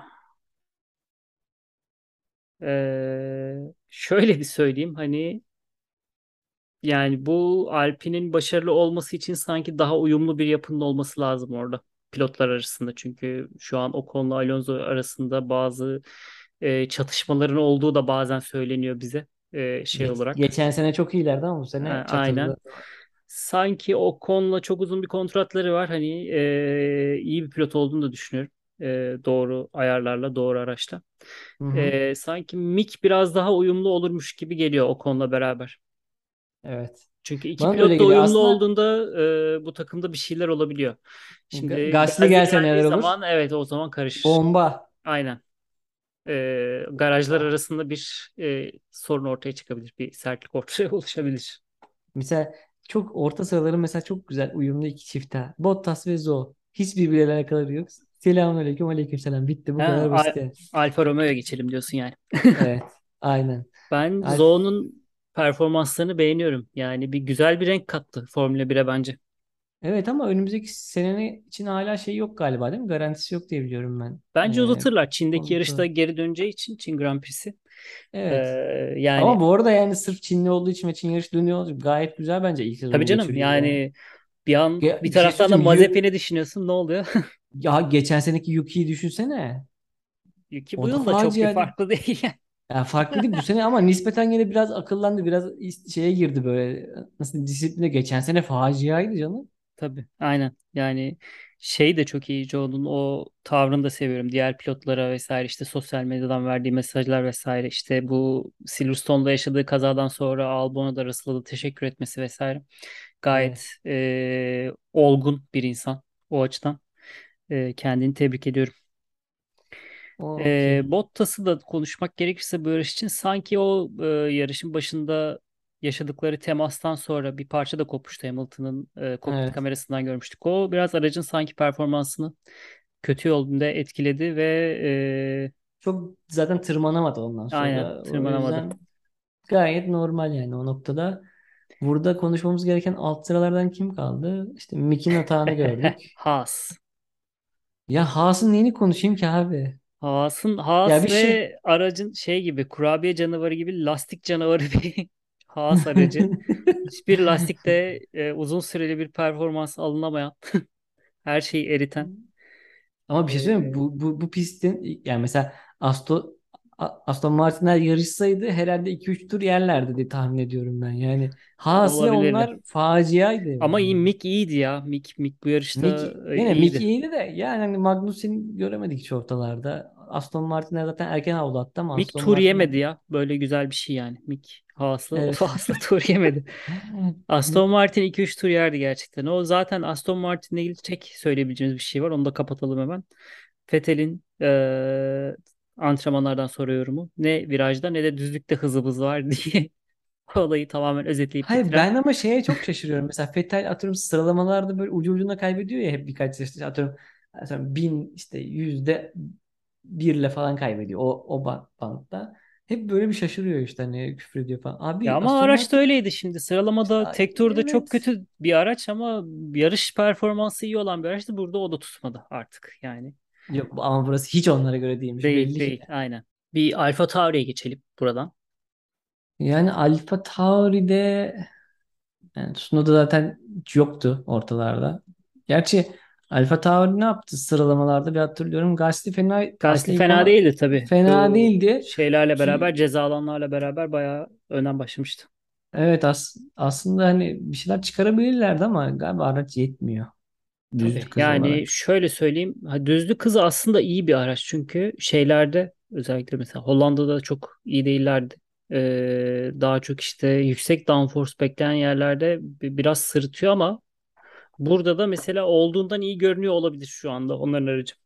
Şöyle bir söyleyeyim. Hani yani bu Alpine'in başarılı olması için sanki daha uyumlu bir yapının olması lazım orada pilotlar arasında. Çünkü şu an Ocon'la Alonso arasında bazı çatışmaların olduğu da bazen söyleniyor bize şey olarak. Geçen sene çok iyilerdi ama bu sene Aynen. çatırdı. Sanki Ocon'la çok uzun bir kontratları var. Hani iyi bir pilot olduğunu da düşünüyorum. Doğru ayarlarla, doğru araçla. Hı hı. Sanki Mick biraz daha uyumlu olurmuş gibi geliyor Ocon'la beraber. Evet. Çünkü iki Bana da öyle pilot da geliyor. uyumlu Aslında olduğunda bu takımda bir şeyler olabiliyor. Şimdi Gasly Gazze gelse neler geldiği olur? zaman evet o zaman karışır. Bomba. Aynen. Garajlar Ah. arasında bir sorun ortaya çıkabilir. Bir sertlik ortaya oluşabilir. Mesela çok orta sıraları mesela çok güzel uyumlu iki çift ha. Bottas ve Zhou. Hiç birbirleriyle alakaları yok. Selamünaleyküm, aleykümselam. Bitti bu Ha, kadar basit yani. Alfa Romeo'ya geçelim diyorsun yani. Evet. Aynen. Ben Alp. Zoe'nun performanslarını beğeniyorum. Yani bir güzel bir renk kattı Formula 1'e bence. Evet ama önümüzdeki sene için hala şey yok galiba değil mi? Garantisi yok diye biliyorum ben. Bence uzatırlar. Çin'deki yarışta Kontrol. geri döneceği için Çin Grand Prix'si. Ee, Evet. Ama yani bu arada yani sırf Çinli olduğu için ve Çin yarışı dönüyor olacak. Gayet güzel bence ilk tabii sezonu canım geçiriyor yani. yani bir Bir şey taraftan da söyleyeceğim. Mazepin'i düşünüyorsun. Ne oluyor? Ya geçen seneki Yuki'yi düşünsene. Yuki bu O da yıl da çok bir facia. farklı değil. Ya farklı değil bu sene ama nispeten yine biraz akıllandı. Biraz şeye girdi böyle. Nasıl disipline. Geçen sene faciaydı canım. Tabii aynen. Yani şey de çok iyi Joe'nun o tavrını da seviyorum. Diğer pilotlara vesaire işte sosyal medyadan verdiği mesajlar vesaire işte bu Silverstone'da yaşadığı kazadan sonra Albon'a da Russell'a da teşekkür etmesi vesaire. Gayet Evet. olgun bir insan o açıdan. Kendini tebrik ediyorum. Okey. Bottas'ı da konuşmak gerekirse bu yarış için sanki o yarışın başında yaşadıkları temastan sonra bir parça da kopmuştu Hamilton'ın kokpit Evet. kamerasından görmüştük. O biraz aracın sanki performansını kötü yolda etkiledi ve Çok zaten tırmanamadı ondan aynen sonra. O tırmanamadı. yüzden gayet normal yani o noktada. Burada konuşmamız gereken alt sıralardan kim kaldı? İşte Mick'in hatağını gördük. Haas. Ya Haas'ın neyini konuşayım ki abi? Ya Haas bir şey. ve aracın şey gibi kurabiye canavarı gibi lastik canavarı bir Haas aracı. Hiçbir lastikte uzun süreli bir performans alınamayan, her şeyi eriten. Ama bir şey söyleyeyim mi? E, Bu pistin yani mesela Aston Martin'ler yarışsaydı herhalde 2-3 tur yerlerdi diye tahmin ediyorum ben. Yani Haas ve olabilirdi. onlar faciaydı Ama yani. Mick iyiydi ya. Mick bu yarışta Mick iyiydi. iyiydi de yani hani Magnussen'i göremedik hiç ortalarda. Aston Martin'ler zaten erken avlu attı ama Mick Aston tur Martin'ler yemedi ya. Böyle güzel bir şey yani. Mick Haas'la, evet. Haas'la tur yemedi. Aston Martin 2-3 tur yerdi gerçekten. O zaten Aston Martin'le ilgili tek söyleyebileceğimiz bir şey var. Onu da kapatalım hemen. Vettel'in antrenmanlardan sonra yorumu. Ne virajda ne de düzlükte hızımız var diye olayı tamamen özetleyip Hayır bitiren. ben ama şeye çok şaşırıyorum. Mesela Vettel atıyorum sıralamalarda böyle ucu ucuna kaybediyor ya hep birkaç işte atıyorum 1000 işte %1'le falan kaybediyor o bantta. Hep böyle bir şaşırıyor işte hani küfür ediyor falan. Ya Abi ama Aston araç da Martin öyleydi şimdi. Sıralamada işte, tek turda çok evet. kötü bir araç ama yarış performansı iyi olan bir araçtı. Burada o da tutmadı artık yani. Yok ama burası hiç onlara göre değilmiş Değil belli ki. değil aynen. Bir Alfa Tauri'ye geçelim buradan. Yani Alfa Tauri'de yani Tsunoda zaten hiç yoktu ortalarda. Gerçi Alfa Tauri ne yaptı sıralamalarda bir hatırlıyorum. Gasly Gasly ilk fena ona değildi tabii. fena Bu değildi şeylerle beraber, ki ceza alanlarla beraber bayağı önem başlamıştı. evet aslında hani bir şeyler çıkarabilirlerdi ama galiba araç yetmiyor Tabii düzlük hızı yani olarak. şöyle söyleyeyim. Düzlük hızı aslında iyi bir araç çünkü şeylerde özellikle mesela Hollanda'da çok iyi değillerdi. Daha çok işte yüksek downforce bekleyen yerlerde biraz sırıtıyor ama burada da mesela olduğundan iyi görünüyor olabilir şu anda onların aracı.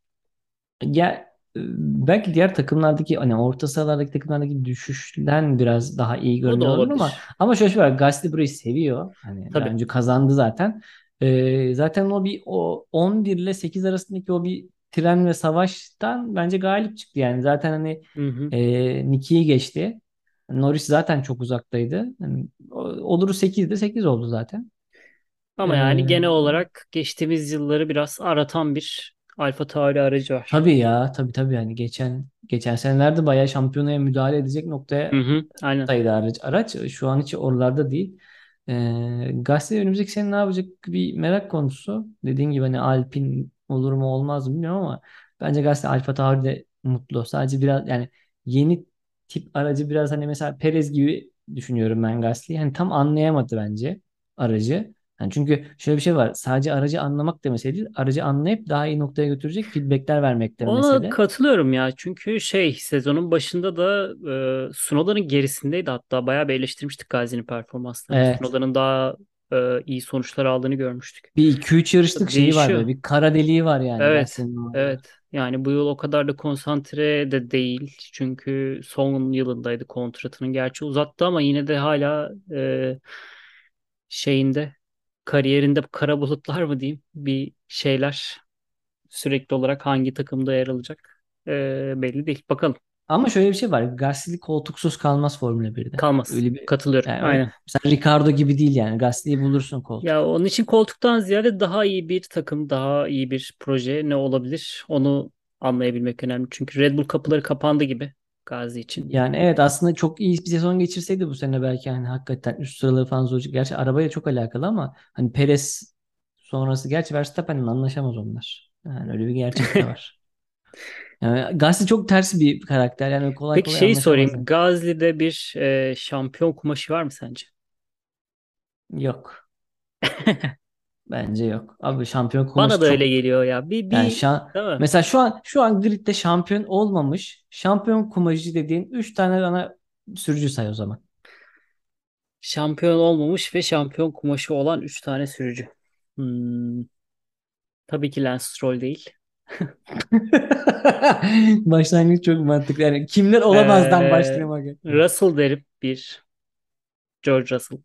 Belki diğer takımlardaki hani orta sahalardaki takımlardaki düşüşten biraz daha iyi O da görünüyor olabilir ama olabilir. ama şöyle bir şey var. Gasly burayı seviyor. Hani daha Tabii. önce kazandı zaten. Zaten o 11 ile 8 arasındaki o bir tren ve savaştan bence galip çıktı yani. Zaten hani Hı hı. Nicki'yi geçti. Norris zaten çok uzaktaydı. Hani, olur 8'de 8 oldu zaten. Ama yani Ee, genel olarak geçtiğimiz yılları biraz aratan bir Alfa Tauri aracı var. tabii ya tabii yani geçen senelerde bayağı şampiyonaya müdahale edecek Hı noktaya hı. Aynen. sayıda araç şu an hiç oralarda değil. Gazete önümüzdeki sene ne yapacak bir merak konusu. Dediğin gibi hani Alpin olur mu olmaz mı bilmiyorum ama bence gazete Alfa Tauri de mutlu. Sadece biraz yani yeni tip aracı biraz hani mesela Perez gibi düşünüyorum ben Gasly'yi. Hani tam anlayamadı bence aracı. Yani çünkü şöyle bir şey var. Sadece aracı anlamak da mesele değil. Aracı anlayıp daha iyi noktaya götürecek feedbackler vermek de Ona mesele. katılıyorum ya. Çünkü şey sezonun başında da Tsunoda'nın gerisindeydi. Hatta bayağı bir eleştirmiştik Gazi'nin performanslarını. Evet. Tsunoda'nın daha iyi sonuçlar aldığını görmüştük. Bir iki üç yarışlık şeyi var Değişiyor. böyle. Bir kara deliği var yani Evet. Gasly'nin orada. Evet. Yani bu yıl o kadar da konsantre de değil. Çünkü son yılındaydı kontratının. Gerçi uzattı ama yine de hala şeyinde kariyerinde kara bulutlar mı diyeyim bir şeyler sürekli olarak hangi takımda yer alacak belli değil. Bakalım. Ama şöyle bir şey var. Gasly koltuksuz kalmaz Formula 1'de. Kalmaz. Öyle bir Katılıyorum. yani Aynen. mesela Ricardo gibi değil yani. Gasly'yi bulursun Ya koltuk. onun için koltuktan ziyade daha iyi bir takım, daha iyi bir proje ne olabilir? Onu anlayabilmek önemli. Çünkü Red Bull kapıları kapandı gibi Gazi için. Yani evet aslında çok iyi bir sezon geçirseydi bu sene belki hani hakikaten üst sıraları falan zor. Gerçi arabaya çok alakalı ama hani Perez sonrası gerçi Verstappen'le anlaşamaz onlar. Yani öyle bir gerçek de var. Yani Gasly çok ters bir karakter. Yani kolay Peki kolay şeyi anlaşamazlar. sorayım. Gazli'de bir şampiyon kumaşı var mı sence? Yok. Bence yok. Abi şampiyon Bana kumaşı da öyle çok geliyor ya. yani Değil mi? mesela şu an gridde şampiyon olmamış şampiyon kumaşı dediğin 3 tane ana sürücü say o zaman. Şampiyon olmamış ve şampiyon kumaşı olan 3 tane sürücü. Hmm, tabii ki Lance Stroll değil. Başlangıç çok mantıklı. Yani kimler olamazdan başlamak. Russell derim bir. George Russell.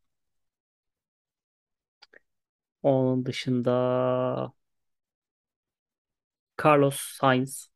Onun dışında Carlos Sainz.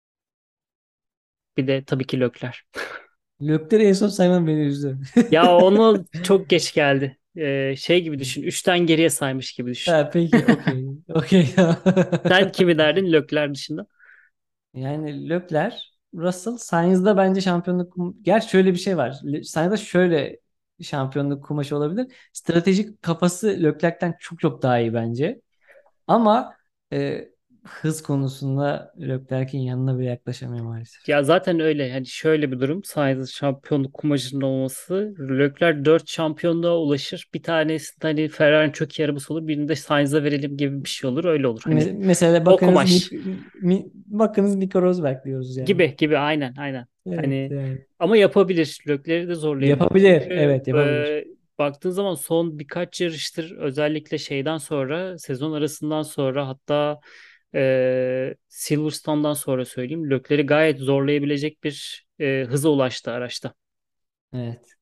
Bir de tabii ki Leclerc. Lökleri en son saymam beni üzdü. Ya onu çok geç geldi. Şey gibi düşün. Üçten geriye saymış gibi düşün. Ha, peki okey. Okey. Sen kimi derdin Leclerc dışında? Yani Lökler, Russell, Sainz'da bence şampiyonluk gerçi şöyle bir şey var. Sainz'da şöyle şampiyonluk kumaşı olabilir. Stratejik kafası Leclerc'ten çok çok daha iyi bence. Ama e, hız konusunda Leclerc'in yanına bile yaklaşamıyor maalesef. Ya zaten öyle. Yani şöyle bir durum. Sainz'in şampiyonluk kumaşının olması. Leclerc 4 şampiyonluğa ulaşır. Bir tanesinde hani Ferrari'nin çok iyi arabası olur. Birini de Sainz'a verelim gibi bir şey olur. Öyle olur. Hani Mesela o bakınız kumaş. bakınız Nico Rosberg diyoruz yani. Gibi gibi aynen aynen. Evet Hani yani. ama yapabilir. Lökleri de zorlayabilir. Yapabilir. Çünkü Evet yapabilir. baktığın zaman son birkaç yarıştır özellikle şeyden sonra sezon arasından sonra hatta Silverstone'dan sonra söyleyeyim. Lökleri gayet zorlayabilecek bir hıza ulaştı araçta. Evet.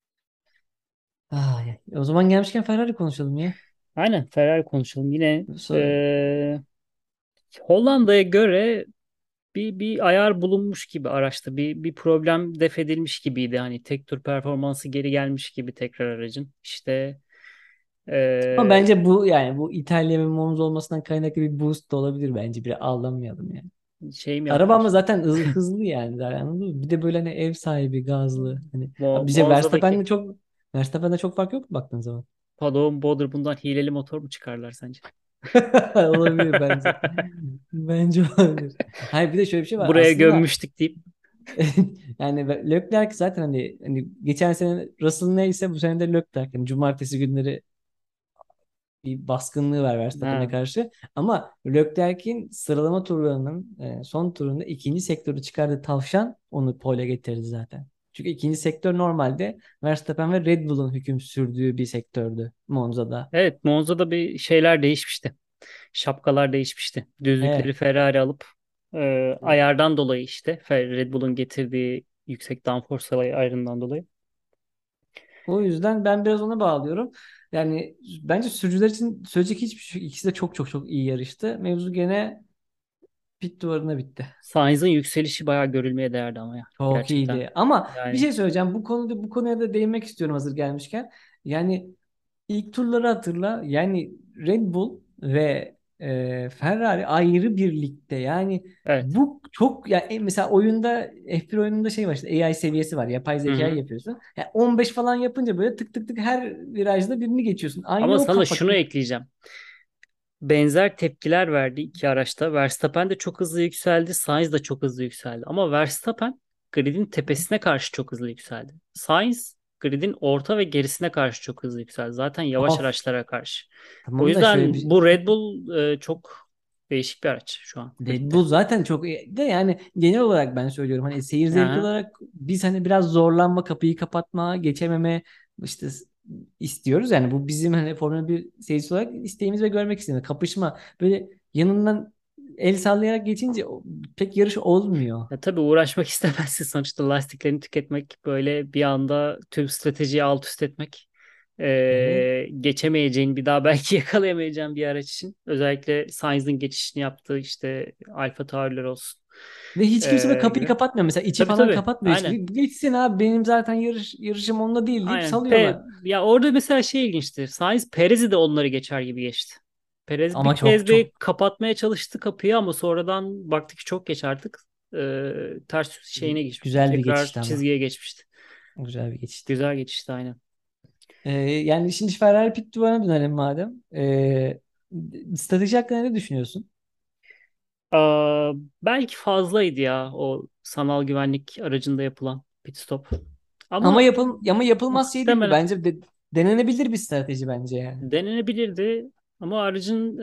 O zaman gelmişken Ferrari konuşalım ya. Aynen Ferrari konuşalım. Yine So- Hollanda'ya göre bir ayar bulunmuş gibi araçta bir problem def edilmiş gibiydi. Hani tek tur performansı geri gelmiş gibi tekrar aracın. İşte Ama ee, bence bu yani bu İtalya ve Monza olmasından kaynaklı bir boost da olabilir bence. Bir ağlamayalım yani. Şey mi Arabam da yaptılar? zaten hızlı yani. Anladın mı? Bir de böyle hani ev sahibi gazlı. Hani abi bize Monza'daki Verstappen'de çok fark yok mu baktığın zaman? Paddock'un Boulder bundan hileli motor mu çıkarlar sence? Olabilir bence. Bence olabilir. Hayır bir de şöyle bir şey var. Buraya Aslında gömmüştük deyip. yani Leclerc zaten hani geçen sene Russell neyse bu sene de Leclerc. Yani cumartesi günleri bir baskınlığı var Verstappen'e Ha, karşı. Ama Leclerc'in sıralama turlarının son turunda ikinci sektörü çıkardığı tavşan onu pole getirdi zaten. Çünkü ikinci sektör normalde Verstappen ve Red Bull'un hüküm sürdüğü bir sektördü Monza'da. evet, Monza'da bir şeyler değişmişti. Şapkalar değişmişti. Düzlükleri Evet. Ferrari alıp ayardan dolayı işte Red Bull'un getirdiği yüksek downforce ayarından dolayı. O yüzden ben biraz ona bağlıyorum. Yani bence sürücüler için söyleyecek hiçbir şey yok. İkisi de çok çok çok iyi yarıştı. Mevzu gene pit duvarına bitti. Sainz'ın yükselişi bayağı görülmeye değerdi ama ya Çok gerçekten. iyiydi. Ama bir Yani şey söyleyeceğim. Bu konuya da değinmek istiyorum hazır gelmişken. Yani ilk turları hatırla. Yani Red Bull ve Ferrari ayrı bir ligde. Yani evet. bu çok ya mesela oyunda F1 oyununda şey var işte AI seviyesi var. Yapay Hı zeka hı. yapıyorsun. Yani 15 falan yapınca böyle tık tık tık her virajda birini geçiyorsun. Ama Aynı o sana kafa. şunu ekleyeceğim. Benzer tepkiler verdi iki araçta. Verstappen de çok hızlı yükseldi. Sainz de çok hızlı yükseldi. Ama Verstappen gridin tepesine karşı çok hızlı yükseldi. Sainz gridin orta ve gerisine karşı çok hızlı yükseldi. Zaten yavaş Of. araçlara karşı. O Tamam da şöyle yüzden bir bu Red Bull çok değişik bir araç şu an Red gridde. Bull zaten çok iyi de yani genel olarak ben söylüyorum hani seyir zevki Aha. olarak biz hani biraz zorlanma kapıyı kapatma geçememe işte istiyoruz yani bu bizim hani Formula 1 seyircisi olarak isteğimiz ve görmek istediğimiz kapışma böyle yanından el sallayarak geçince pek yarış olmuyor. Ya tabii uğraşmak istemezsin sonuçta lastiklerini tüketmek böyle bir anda tüm stratejiyi alt üst etmek Evet. geçemeyeceğin bir daha belki yakalayamayacağın bir araç için özellikle Sainz'ın geçişini yaptığı işte Alfa Tauri'ler olsun Ve hiç kimse de kapıyı gibi. kapatmıyor. Mesela içi Tabii falan tabii kapatmıyor. İşte aynen. geçsin abi benim zaten yarışım onunla değil deyip Aynen. salıyorlar. Ya orada mesela şey ilginçtir. Sainz Perez'i de onları geçer gibi geçti. Perez bir Ama çok kez çok bir kapatmaya çalıştı kapıyı ama sonradan baktık ki çok geç artık. Ters şeyine geçmişti. güzel bir Tekrar geçişti ama. çizgiye geçmişti. Güzel bir geçişti. Güzel geçişti aynen. Yani şimdi Ferrari pit duvarına dönelim madem. Strateji hakkında ne düşünüyorsun? Aa, belki fazlaydı ya o sanal güvenlik aracında yapılan pit stop. Ama Ama yapılmaz şey değil bu. muhtemelen Bence denenebilir bir strateji bence yani. denenebilirdi. Ama aracın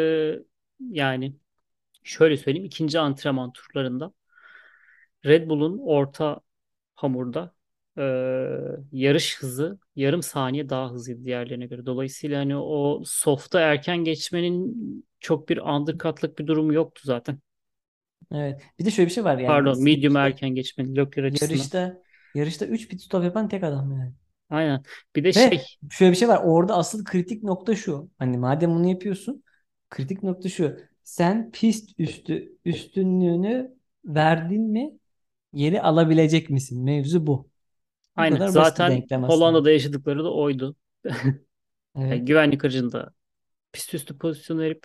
yani şöyle söyleyeyim ikinci antrenman turlarında Red Bull'un orta hamurda e, yarış hızı yarım saniye daha hızlıydı diğerlerine göre. Dolayısıyla hani o soft'a erken geçmenin çok bir undercut'lık bir durumu yoktu zaten. Evet. Bir de şöyle bir şey var yani Pardon, medium'a yarışta erken geçmenin Leclerc açısından. yarışta yarışta 3 pit stop yapan tek adam yani. Aynen. Bir de Ve şey, şöyle bir şey var. Orada asıl kritik nokta şu. Hani madem bunu yapıyorsun, kritik nokta şu. Sen pist üstünlüğünü verdin mi geri alabilecek misin? Mevzu bu. Bu aynen. kadar basit bir Zaten denklem aslında. Hollanda'da yaşadıkları da oydu. Yani Evet. güvenlik aracında pist üstü pozisyon verip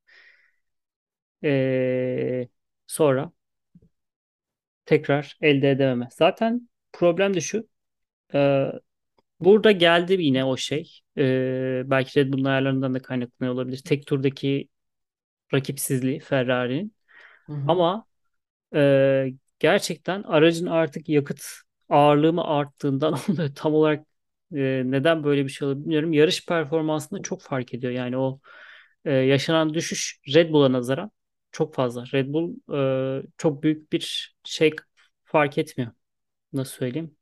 e, sonra tekrar elde edememe. Zaten problem de şu. e, Burada geldi yine o şey. Belki Red Bull'un ayarlarından da kaynaklanıyor olabilir. Tek turdaki rakipsizliği Ferrari'nin. Hı hı. Ama gerçekten aracın artık yakıt ağırlığı mı arttığından onu tam olarak neden böyle bir şey olabilir bilmiyorum. Yarış performansında çok fark ediyor. Yani o yaşanan düşüş Red Bull'a nazaran çok fazla. Red Bull çok büyük bir şey fark etmiyor. Nasıl söyleyeyim?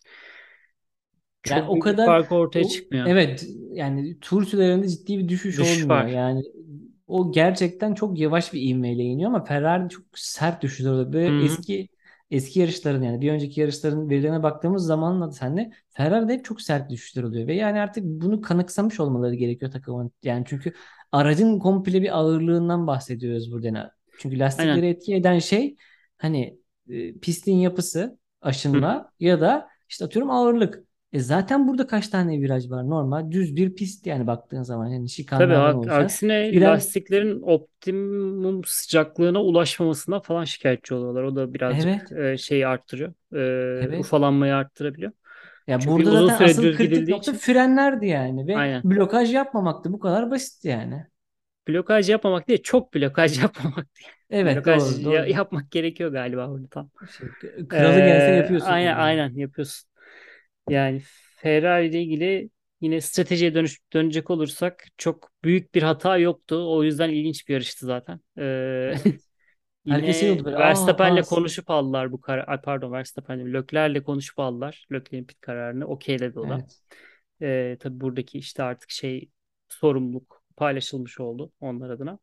Yani Çok o büyük bir kadar fark ortaya çıkmıyor. evet yani tur sürelerinde ciddi bir düşüş Düşüş olmuyor. var. Yani o gerçekten çok yavaş bir ivmeyle iniyor ama Ferrari çok sert düşüşler oluyor. Hı Böyle hı. eski yarışların yani bir önceki yarışların verilerine baktığımız zaman da senle Ferrari'de hep çok sert düşüşler oluyor ve yani artık bunu kanıksamış olmaları gerekiyor takımın. Yani çünkü aracın komple bir ağırlığından bahsediyoruz burada. Yani çünkü lastikleri Aynen. etki eden şey hani pistin yapısı, Hı hı. aşınma ya da işte atıyorum ağırlık. Zaten burada kaç tane viraj var? Normal düz bir pist yani baktığın zaman yani Tabii şikanlardan oluşan. aksine Fren lastiklerin optimum sıcaklığına ulaşmamasına falan şikayetçi oluyorlar. O da birazcık evet, şeyi arttırıyor. evet. Ufalanmayı arttırabiliyor. Ya Çünkü burada uzun zaten süre asıl düz kritik gidildiği nokta için. frenlerdi yani ve Aynen. blokaj yapmamaktı. Bu kadar basit yani. Blokaj yapmamak değil, çok blokaj yapmamak değil. Evet, Blokaj doğru doğru. yapmak gerekiyor galiba burada tam. Kralı gelse yapıyorsun Aynen yani. aynen yapıyorsun. Yani Ferrari ile ilgili yine stratejiye dönecek olursak çok büyük bir hata yoktu. O yüzden ilginç bir yarıştı zaten. Evet. Herkes şey Yine oldu böyle, aa Verstappen'le pas. konuşup aldılar bu karar. Ay, pardon, Verstappen değil, Leclerc'le konuşup aldılar. Leclerc'in pit kararını okeyledi o da. Evet. Tabii buradaki işte artık şey, sorumluluk paylaşılmış oldu onlar adına.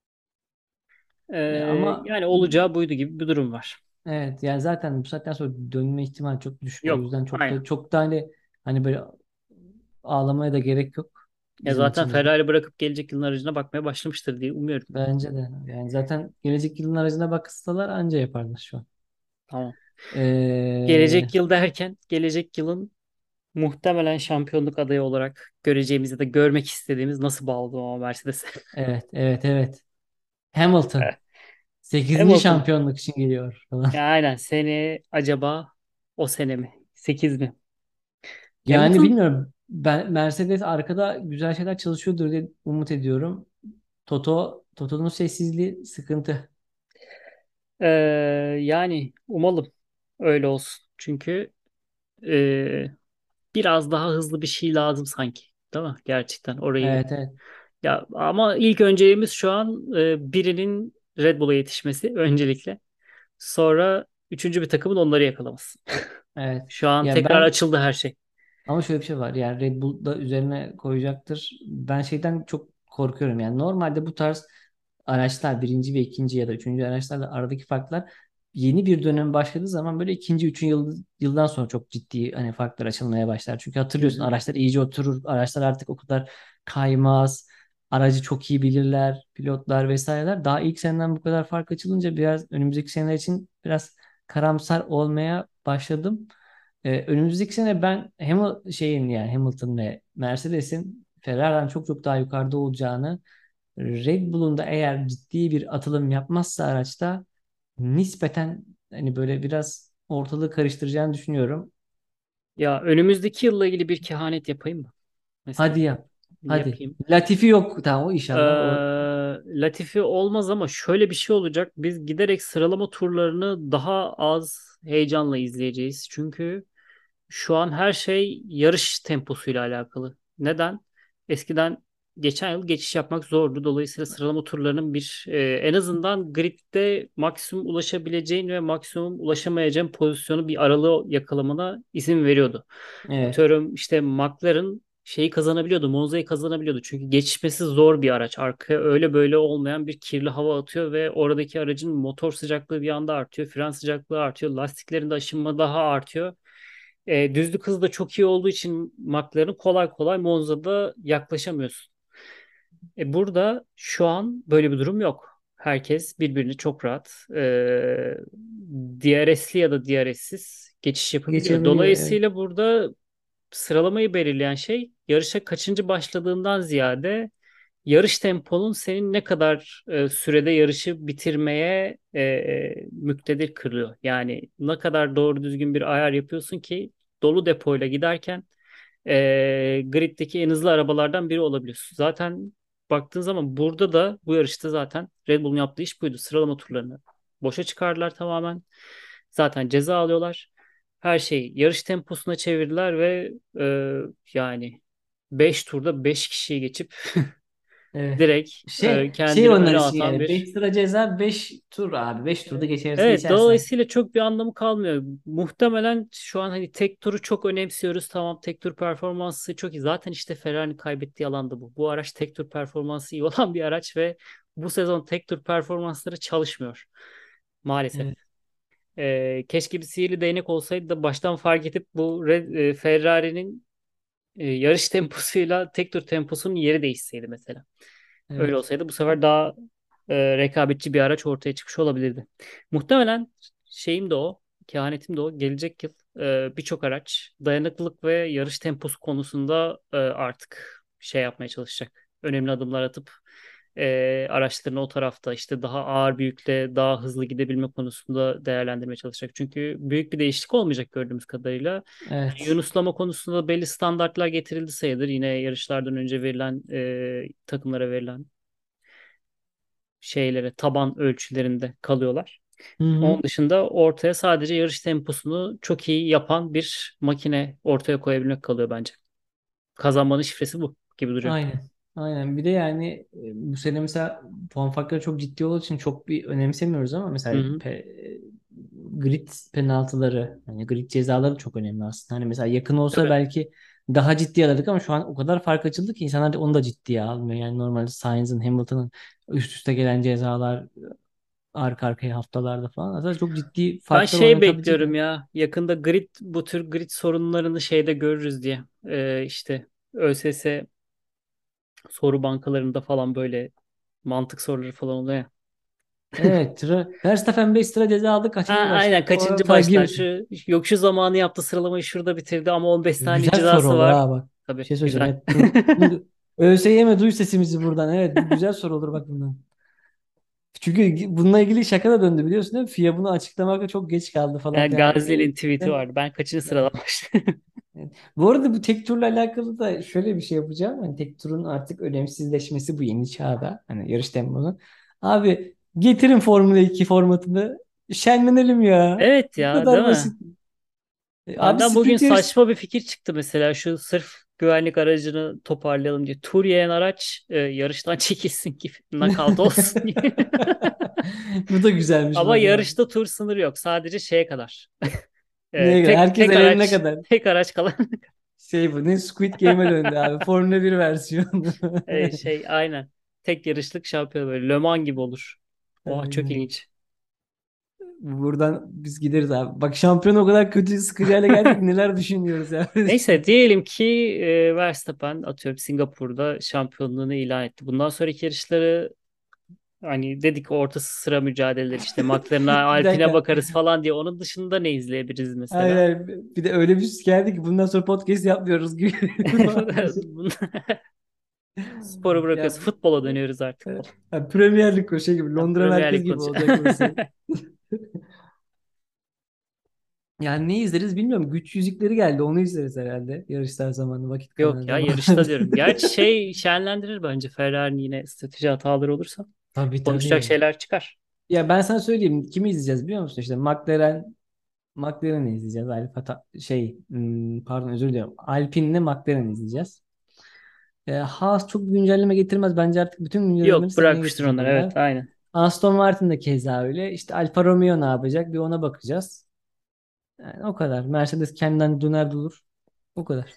Ama Yani olacağı buydu gibi bir durum var. evet yani zaten bu saatten sonra dönme ihtimali çok düşük. O Yok. yüzden çok Aynen. da çok da hani böyle ağlamaya da gerek yok Ya bizim zaten içimizde. Ferrari bırakıp gelecek yılın aracına bakmaya başlamıştır diye umuyorum. Bence de. Yani zaten gelecek yılın aracına baksalar anca yaparlar şu an. Tamam. Ee, Gelecek yıl derken gelecek yılın muhtemelen şampiyonluk adayı olarak göreceğimiz ya da görmek istediğimiz, nasıl bağladım ama Mercedes'e. evet, evet, evet. Hamilton 8. Hamilton. şampiyonluk için geliyor falan. Ya aynen, seni acaba o sene mi? 8 mi? Yani Hamilton bilmiyorum. Ben Mercedes arkada güzel şeyler çalışıyordur diye umut ediyorum. Toto'nun sessizliği sıkıntı. eee, yani umalım öyle olsun. Çünkü biraz daha hızlı bir şey lazım sanki. Değil mi? Gerçekten orayı. Evet, evet. Ya ama ilk önceliğimiz şu an birinin Red Bull'a yetişmesi öncelikle. Sonra üçüncü bir takımın onları yakalaması. Evet. Şu an Ya tekrar ben açıldı her şey. ama şöyle bir şey var. Yani Red Bull da üzerine koyacaktır. Ben şeyden çok korkuyorum. Yani normalde bu tarz araçlar birinci ve ikinci ya da üçüncü araçlarla aradaki farklar yeni bir dönem başladığı zaman böyle ikinci, üçüncü yıldan sonra çok ciddi hani farklar açılmaya başlar. Çünkü Hı hatırlıyorsun hı. araçlar iyice oturur. Araçlar artık o kadar kaymaz. Aracı çok iyi bilirler. Pilotlar vesaireler. Daha ilk seneden bu kadar fark açılınca biraz önümüzdeki seneler için biraz karamsar olmaya başladım. Önümüzdeki sene ben şeyin yani Hamilton ve Mercedes'in Ferrari'den çok çok daha yukarıda olacağını, Red Bull'un da eğer ciddi bir atılım yapmazsa araçta nispeten hani böyle biraz ortalığı karıştıracağını düşünüyorum. Ya önümüzdeki yılla ilgili bir kehanet yapayım mı? Hadi Mesela yap. Hadi. yapayım. Latifi yok. Tamam, o Ee, inşallah. O Latifi olmaz ama şöyle bir şey olacak. Biz giderek sıralama turlarını daha az heyecanla izleyeceğiz. Çünkü şu an her şey yarış temposuyla alakalı. Neden? Eskiden geçen yıl geçiş yapmak zordu. Dolayısıyla sıralama turlarının bir en azından gridde maksimum ulaşabileceğin ve maksimum ulaşamayacağın pozisyonu, bir aralığı yakalamana izin veriyordu. evet. Atıyorum işte McLaren şeyi kazanabiliyordu. Monza'yı kazanabiliyordu. Çünkü geçmesi zor bir araç. Arkaya öyle böyle olmayan bir kirli hava atıyor ve oradaki aracın motor sıcaklığı bir anda artıyor. Fren sıcaklığı artıyor. Lastiklerin de aşınma daha artıyor. Düzlük hızı da çok iyi olduğu için McLaren kolay kolay Monza'da yaklaşamıyorsun. Burada şu an böyle bir durum yok. Herkes birbirini çok rahat DRS'li ya da DRS'siz geçiş yapabiliyor. Geçebiliyor. Evet. Dolayısıyla burada sıralamayı belirleyen şey, yarışa kaçıncı başladığından ziyade yarış temponun senin ne kadar sürede yarışı bitirmeye müktedir kılıyor. Yani ne kadar doğru düzgün bir ayar yapıyorsun ki dolu depoyla giderken griddeki en hızlı arabalardan biri olabiliyorsun. Zaten baktığın zaman burada da, bu yarışta zaten Red Bull'un yaptığı iş buydu. Sıralama turlarını boşa çıkardılar tamamen. Zaten ceza alıyorlar. Her şeyi yarış temposuna çevirdiler ve yani 5 turda 5 kişiyi geçip Evet. direkt Şey kendini onlar öne için atan yani 5 bir. sıra ceza 5 tur abi. 5 turda geçerse Evet, geçersen. dolayısıyla çok bir anlamı kalmıyor. Muhtemelen şu an hani tek turu çok önemsiyoruz. Tamam, tek tur performansı çok iyi. Zaten işte Ferrari'nin kaybettiği alanda bu. Bu araç tek tur performansı iyi olan bir araç ve bu sezon tek tur performansları çalışmıyor. Maalesef. Evet. Keşke bir sihirli değnek olsaydı da baştan fark edip bu Ferrari'nin yarış temposuyla tek tur temposunun yeri değişseydi mesela. Öyle Evet. olsaydı bu sefer daha rekabetçi bir araç ortaya çıkmış olabilirdi. Muhtemelen şeyim de o. kehanetim de o. Gelecek yıl birçok araç dayanıklılık ve yarış temposu konusunda artık şey yapmaya çalışacak. Önemli adımlar atıp araçlarını o tarafta işte daha ağır bir yükle daha hızlı gidebilme konusunda değerlendirmeye çalışacak. Çünkü büyük bir değişiklik olmayacak gördüğümüz kadarıyla. Evet. Yunuslama konusunda belli standartlar getirildi sayılır. Yine yarışlardan önce verilen takımlara verilen şeylere taban ölçülerinde kalıyorlar. Hı Onun hı. dışında ortaya sadece yarış temposunu çok iyi yapan bir makine ortaya koyabilmek kalıyor bence. Kazanmanın şifresi bu gibi duruyor. Aynen. Aynen. Bir de yani bu sene mesela puan farkları çok ciddi olduğu için çok bir önemsemiyoruz ama Hı mesela hı. grid penaltıları, yani grid cezaları çok önemli aslında. Hani mesela yakın olsa Tabii. belki daha ciddiye alırdık ama şu an o kadar fark açıldı ki insanlar onu da ciddiye almıyor. Yani normalde Sainz'ın, Hamilton'ın üst üste gelen cezalar arka arkaya haftalarda falan. Aslında çok ciddi Ben farklar şey oynatabilecek. bekliyorum ya. Yakında bu tür grid sorunlarını şeyde görürüz diye. İşte ÖSS soru bankalarında falan böyle mantık soruları falan oluyor ya. Evet, Verstappen 5 sıra ceza aldı. Kaçıncı Aynen başta? O kaçıncı falan baştan gibi. yok şu zamanı yaptı sıralamayı şurada bitirdi ama 15 tane Güzel soru cezası olur var. ha bak. Bir Tabii şey söyleyeceğim. güzel. Evet, bunu ÖSYM duy sesimizi buradan. Evet, bu güzel soru olur bak bundan. Çünkü bununla ilgili şaka da döndü biliyorsun değil mi? FIA bunu açıklamakta çok geç kaldı falan Yani filan. Gazi'nin tweet'i vardı. Ben kaçıncı sıradan başladım? Evet. Bu arada bu tek turla alakalı da şöyle bir şey yapacağım. Hani tek turun artık önemsizleşmesi bu yeni çağda. Hani yarış temposu. Abi getirin Formula 2 formatını. Şenlenelim ya. Evet Bu ya değil kadar mi? basit. Abi Benden bugün sprint yarış. saçma bir fikir çıktı mesela şu sırf güvenlik aracını toparlayalım diye. Tur yeğen araç yarıştan çekilsin gibi. Knockout olsun diye. Bu da güzelmiş Ama bak ha. yarışta tur sınırı yok. Sadece şeye kadar. Neye göre? Herkes Tek elenene araç kadar. tek araç kalan Şey bu ne Squid Game'e döndü abi. Formula 1 versiyonu. şey aynen. Tek yarışlık şampiyon böyle Le Mans gibi olur. Oha çok Aynen. ilginç. Buradan biz gideriz abi. Bak şampiyon o kadar kötü sıkıcı hale geldik ki neler düşünüyoruz ya. Neyse diyelim ki Verstappen atıyorum Singapur'da şampiyonluğunu ilan etti. Bundan sonraki yarışları hani dedik ortası sıra mücadeleler işte McLaren'a Bir Alpine'e dakika. bakarız falan diye. Onun dışında ne izleyebiliriz Hayır, mesela? hayır. Bir de öyle bir süs geldi ki bundan sonra podcast yapmıyoruz gibi. Bunu- Sporu Ya, bırakıyoruz. Futbola dönüyoruz artık falan. Premier Lig o şey gibi. Yani Londra Premier merkez Lig gibi konuşuyor. olacak burası. Yani ne izleriz bilmiyorum. Güç yüzükleri geldi. Onu izleriz herhalde. Yarışlar zamanı vakit kalan Yok ya zaman. yarışta diyorum. Gerçi şey şenlendirir bence Ferrari'nin yine strateji hataları olursa. Tabii Konuşacak tabii. şeyler çıkar. Ya ben sana söyleyeyim. Kimi izleyeceğiz biliyor musun? İşte McLaren'i izleyeceğiz. Pardon özür diliyorum. Alpine'le McLaren'i izleyeceğiz. Haas çok bir güncelleme getirmez. Bence artık bütün güncellemeleri Yok seneye bırakmıştır onları getirecekler. evet aynen. Aston Martin de keza öyle. İşte Alfa Romeo ne yapacak? Bir ona bakacağız. Yani o kadar. Mercedes kendinden döner durur. O kadar.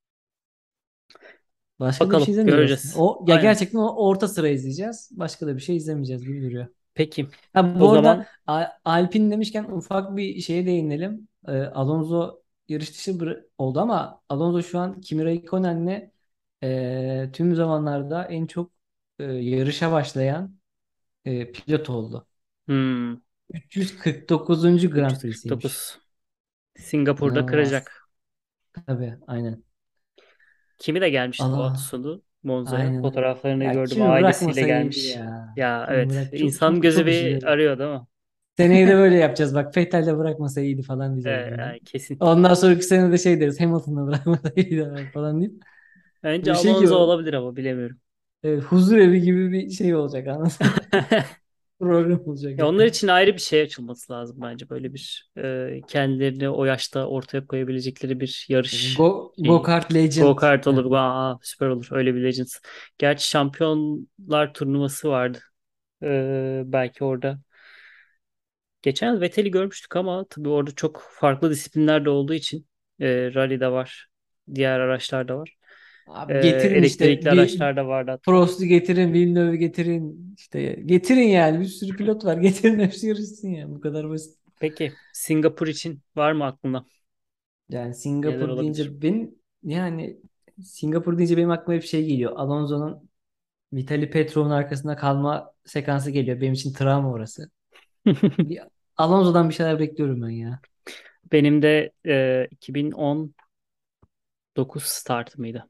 Başka da bir şey Bakalım izlemeyeceğiz aslında. göreceğiz. O ya Aynen. gerçekten o orta sıra izleyeceğiz. Başka da bir şey izlemeyeceğiz gibi duruyor. Peki. Ha, O bu arada zaman Alpine demişken ufak bir şeye değinelim. Alonso yarış dışı oldu ama Alonso şu an Kimi Räikkönen'le tüm zamanlarda en çok yarışa başlayan pilot oldu. hmm, 349. Grand Prix'siymiş. 349. Singapur'da İnanılmaz. kıracak. Tabii aynen. Kimi de gelmişti bu hafta Allah. sonu Monza'ya. Aynen öyle. Fotoğraflarını Ya gördüm. kimi Ailesiyle bırakmasa iyiydi gelmiş. ya. Ya Kimi evet. bırak çok İnsanın çok gözü çok bir üzülüyorum. arıyor değil mi? Seneye de böyle yapacağız bak. Vettel de bırakmasa iyiydi falan diyeceğiz böyle. Yani kesin. Ondan sonraki sene de şey deriz. Hamilton'la bırakmasa iyiydi falan deyip. Bence Böyle şey Alonso gibi olabilir ama bilemiyorum. huzur evi gibi bir şey olacak anladın mı? Program olacak Ya onlar yani. için ayrı bir şey açılması lazım bence. Böyle bir kendilerini o yaşta ortaya koyabilecekleri bir yarış Go şeyi. Kart Legend. Go-kart olur. Yani. Süper olur. Öyle bir Legends. Gerçi şampiyonlar turnuvası vardı. Belki orada. Geçen yıl Vettel'i görmüştük ama tabii orada çok farklı disiplinler de olduğu için rally de var. Diğer araçlar da var. Abi getirin işte Elektrikli bir araçlar da vardı hatta. Prost'u getirin, Villeneuve'ü getirin. İşte getirin yani bir sürü pilot var. Getirin hepsi yarışsın yani. Bu kadar basit. Peki Singapur için var mı aklına? Yani Neler Singapur olabilir? deyince Singapur deyince benim aklıma hep şey geliyor. Alonso'nun Vitali Petrov'un arkasında kalma sekansı geliyor. Benim için travma orası. Bir Alonso'dan bir şeyler bekliyorum ben ya. Benim de 2019 startı mıydı?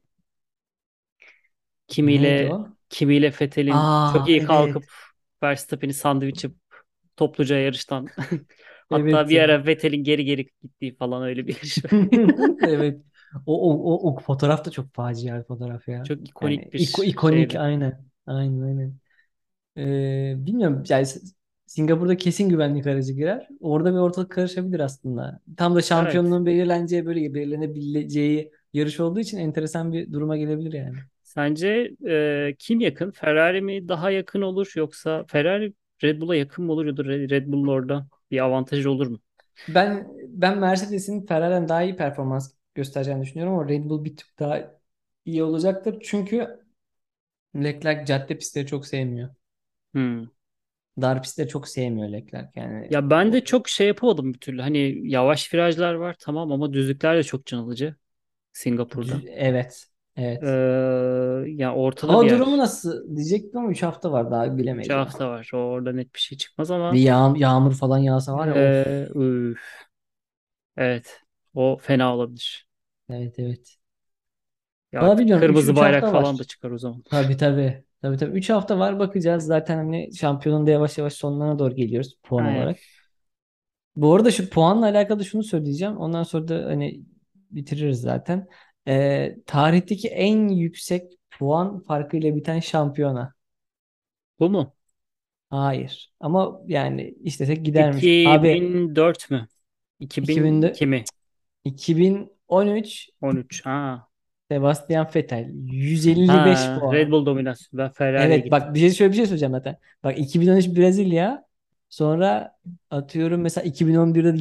Neydi Kimiyle o? kimiyle Vettel'in çok Aa, iyi evet. kalkıp Verstappen'i sandviç yapıp topluca yarıştan hatta Evet bir ya. ara Vettel'in geri geri gittiği falan öyle bir yarış. Evet. O fotoğraf da çok facia bir fotoğraf ya. Çok Yani ikonik bir ikonik, şeydi. aynen. Aynen aynen. Bilmiyorum yani Singapur'da kesin güvenlik aracı girer. Orada bir ortalık karışabilir aslında. Tam da Evet. şampiyonluğun belirlenebileceği yarış olduğu için enteresan bir duruma gelebilir yani. Sence kim yakın? Ferrari mi daha yakın olur yoksa Ferrari Red Bull'a yakın mı olur ya da Red Bull'un orada bir avantajı olur mu? Ben Mercedes'in Ferrari'den daha iyi performans göstereceğini düşünüyorum ama Red Bull bir tık daha iyi olacaktır. Çünkü Leclerc cadde pistleri çok sevmiyor. Hmm. Dar pistleri çok sevmiyor Leclerc. Yani Ya ben o de çok şey yapamadım bir türlü. Hani yavaş virajlar var tamam ama düzlükler de çok can alıcı Singapur'da. evet. Evet. Ya ortada bir Hava durumu yer. nasıl diyecektim ama 3 hafta var, daha 3 bilemeyiz onu. hafta var. Orada net bir şey çıkmaz Bir ama yağmur falan yağsa var ya, of. üf, evet. O fena olabilir. Evet evet. Ya Valla artık bilmiyorum, kırmızı 3 bayrak hafta falan da var. çıkar o zaman. Tabii tabii. Tabii tabii. 3 hafta var, bakacağız. Zaten hani şampiyonun da yavaş yavaş sonlarına doğru geliyoruz puan Aynen. olarak. Bu arada şu puanla alakalı şunu söyleyeceğim. Ondan sonra da hani bitiririz zaten. Tarihteki en yüksek puan farkıyla biten şampiyona. Bu mu? Hayır. Ama yani istesek gidermiş. Abi 2004 mü? 2002 2000'de mi? 2013 13. Ha. Sebastian Vettel 155 Ha, Red puan. Bull dominasyonu. Ben Ferrari'ye Evet gittim. bak, şöyle bir şey söyleyeceğim zaten. Bak 2013 Brezilya, sonra atıyorum mesela 2011'de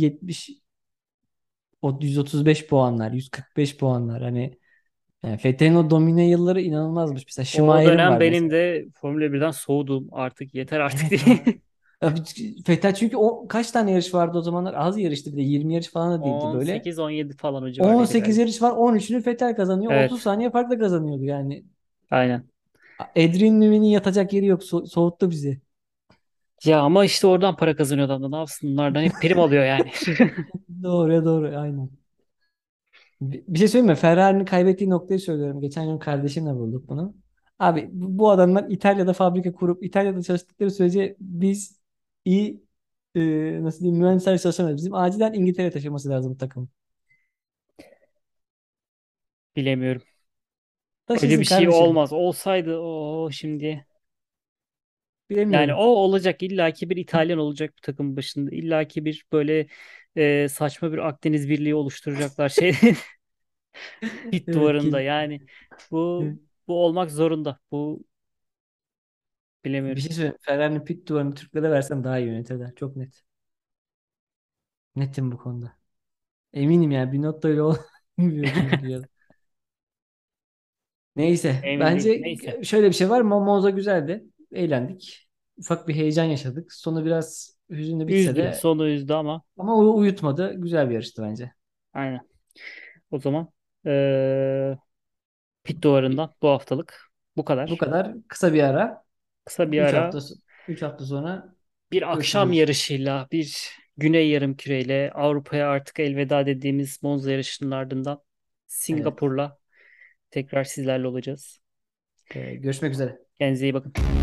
135 puanlar, 145 puanlar. Hani yani Vettel'in o domine yılları inanılmazmış. Mesela O Schumacher'in dönem var benim mesela. de Formula 1'den soğudum. Artık yeter artık Evet diye. ya. Abi, Vettel çünkü o kaç tane yarış vardı o zamanlar? Az yarıştı, bir de 20 yarış falan da değildi böyle. 18-17 falan o civardaydı 18 galiba. yarış var, 13'ünü Vettel kazanıyor. 30 Evet. saniye farkla kazanıyordu yani. Aynen. Adrian Newey'nin yatacak yeri yok. Soğuttu bizi. Ya ama işte oradan para kazanıyor adam da. Ne yapsın? Bunlardan hep prim alıyor yani. Doğru doğru, aynen. Bir şey söyleyeyim mi? Ferrari'nin kaybettiği noktayı söylüyorum. Geçen gün kardeşimle bulduk bunu. Abi bu adamlar İtalya'da fabrika kurup İtalya'da çalıştıkları sürece biz iyi nasıl diyeyim, mühendisler çalışamıyoruz. Bizim acilen İngiltere'ye taşıması lazım bu takım. Bilemiyorum. Öyle bir Taşısın şey kardeşim. olmaz. Olsaydı o şimdi. Yani o Bilemiyorum. olacak. İllaki bir İtalyan olacak bu takımın başında. İllaki bir böyle saçma bir Akdeniz Birliği oluşturacaklar şey pit Evet duvarında. ki. Yani bu olmak zorunda. Bu Bir bilemiyorum. şey söyleyeyim. Ferrari'nin pit duvarını Türklere versen daha iyi yönetirler. Çok net. Netim bu konuda. Eminim yani, bir not da öyle olmuyor çünkü ya. Neyse. Emin değil. Bence Neyse. şöyle bir şey var. Monza güzeldi. Eğlendik. Ufak bir heyecan yaşadık. Sonu biraz hüzünlü bitse Üzdü. de Sonu üzdü ama ama uyutmadı. Güzel bir yarıştı bence. aynen. O zaman pit Bir- duvarından bu haftalık bu Bu kadar. kadar kısa bir ara. Kısa bir 3 ara hafta 3 hafta sonra bir akşam görüşürüz. yarışıyla bir Güney Yarımküre'yle Avrupa'ya artık elveda dediğimiz Monza yarışının ardından Evet. Singapur'la tekrar sizlerle olacağız. Görüşmek üzere. Kendinize iyi bakın.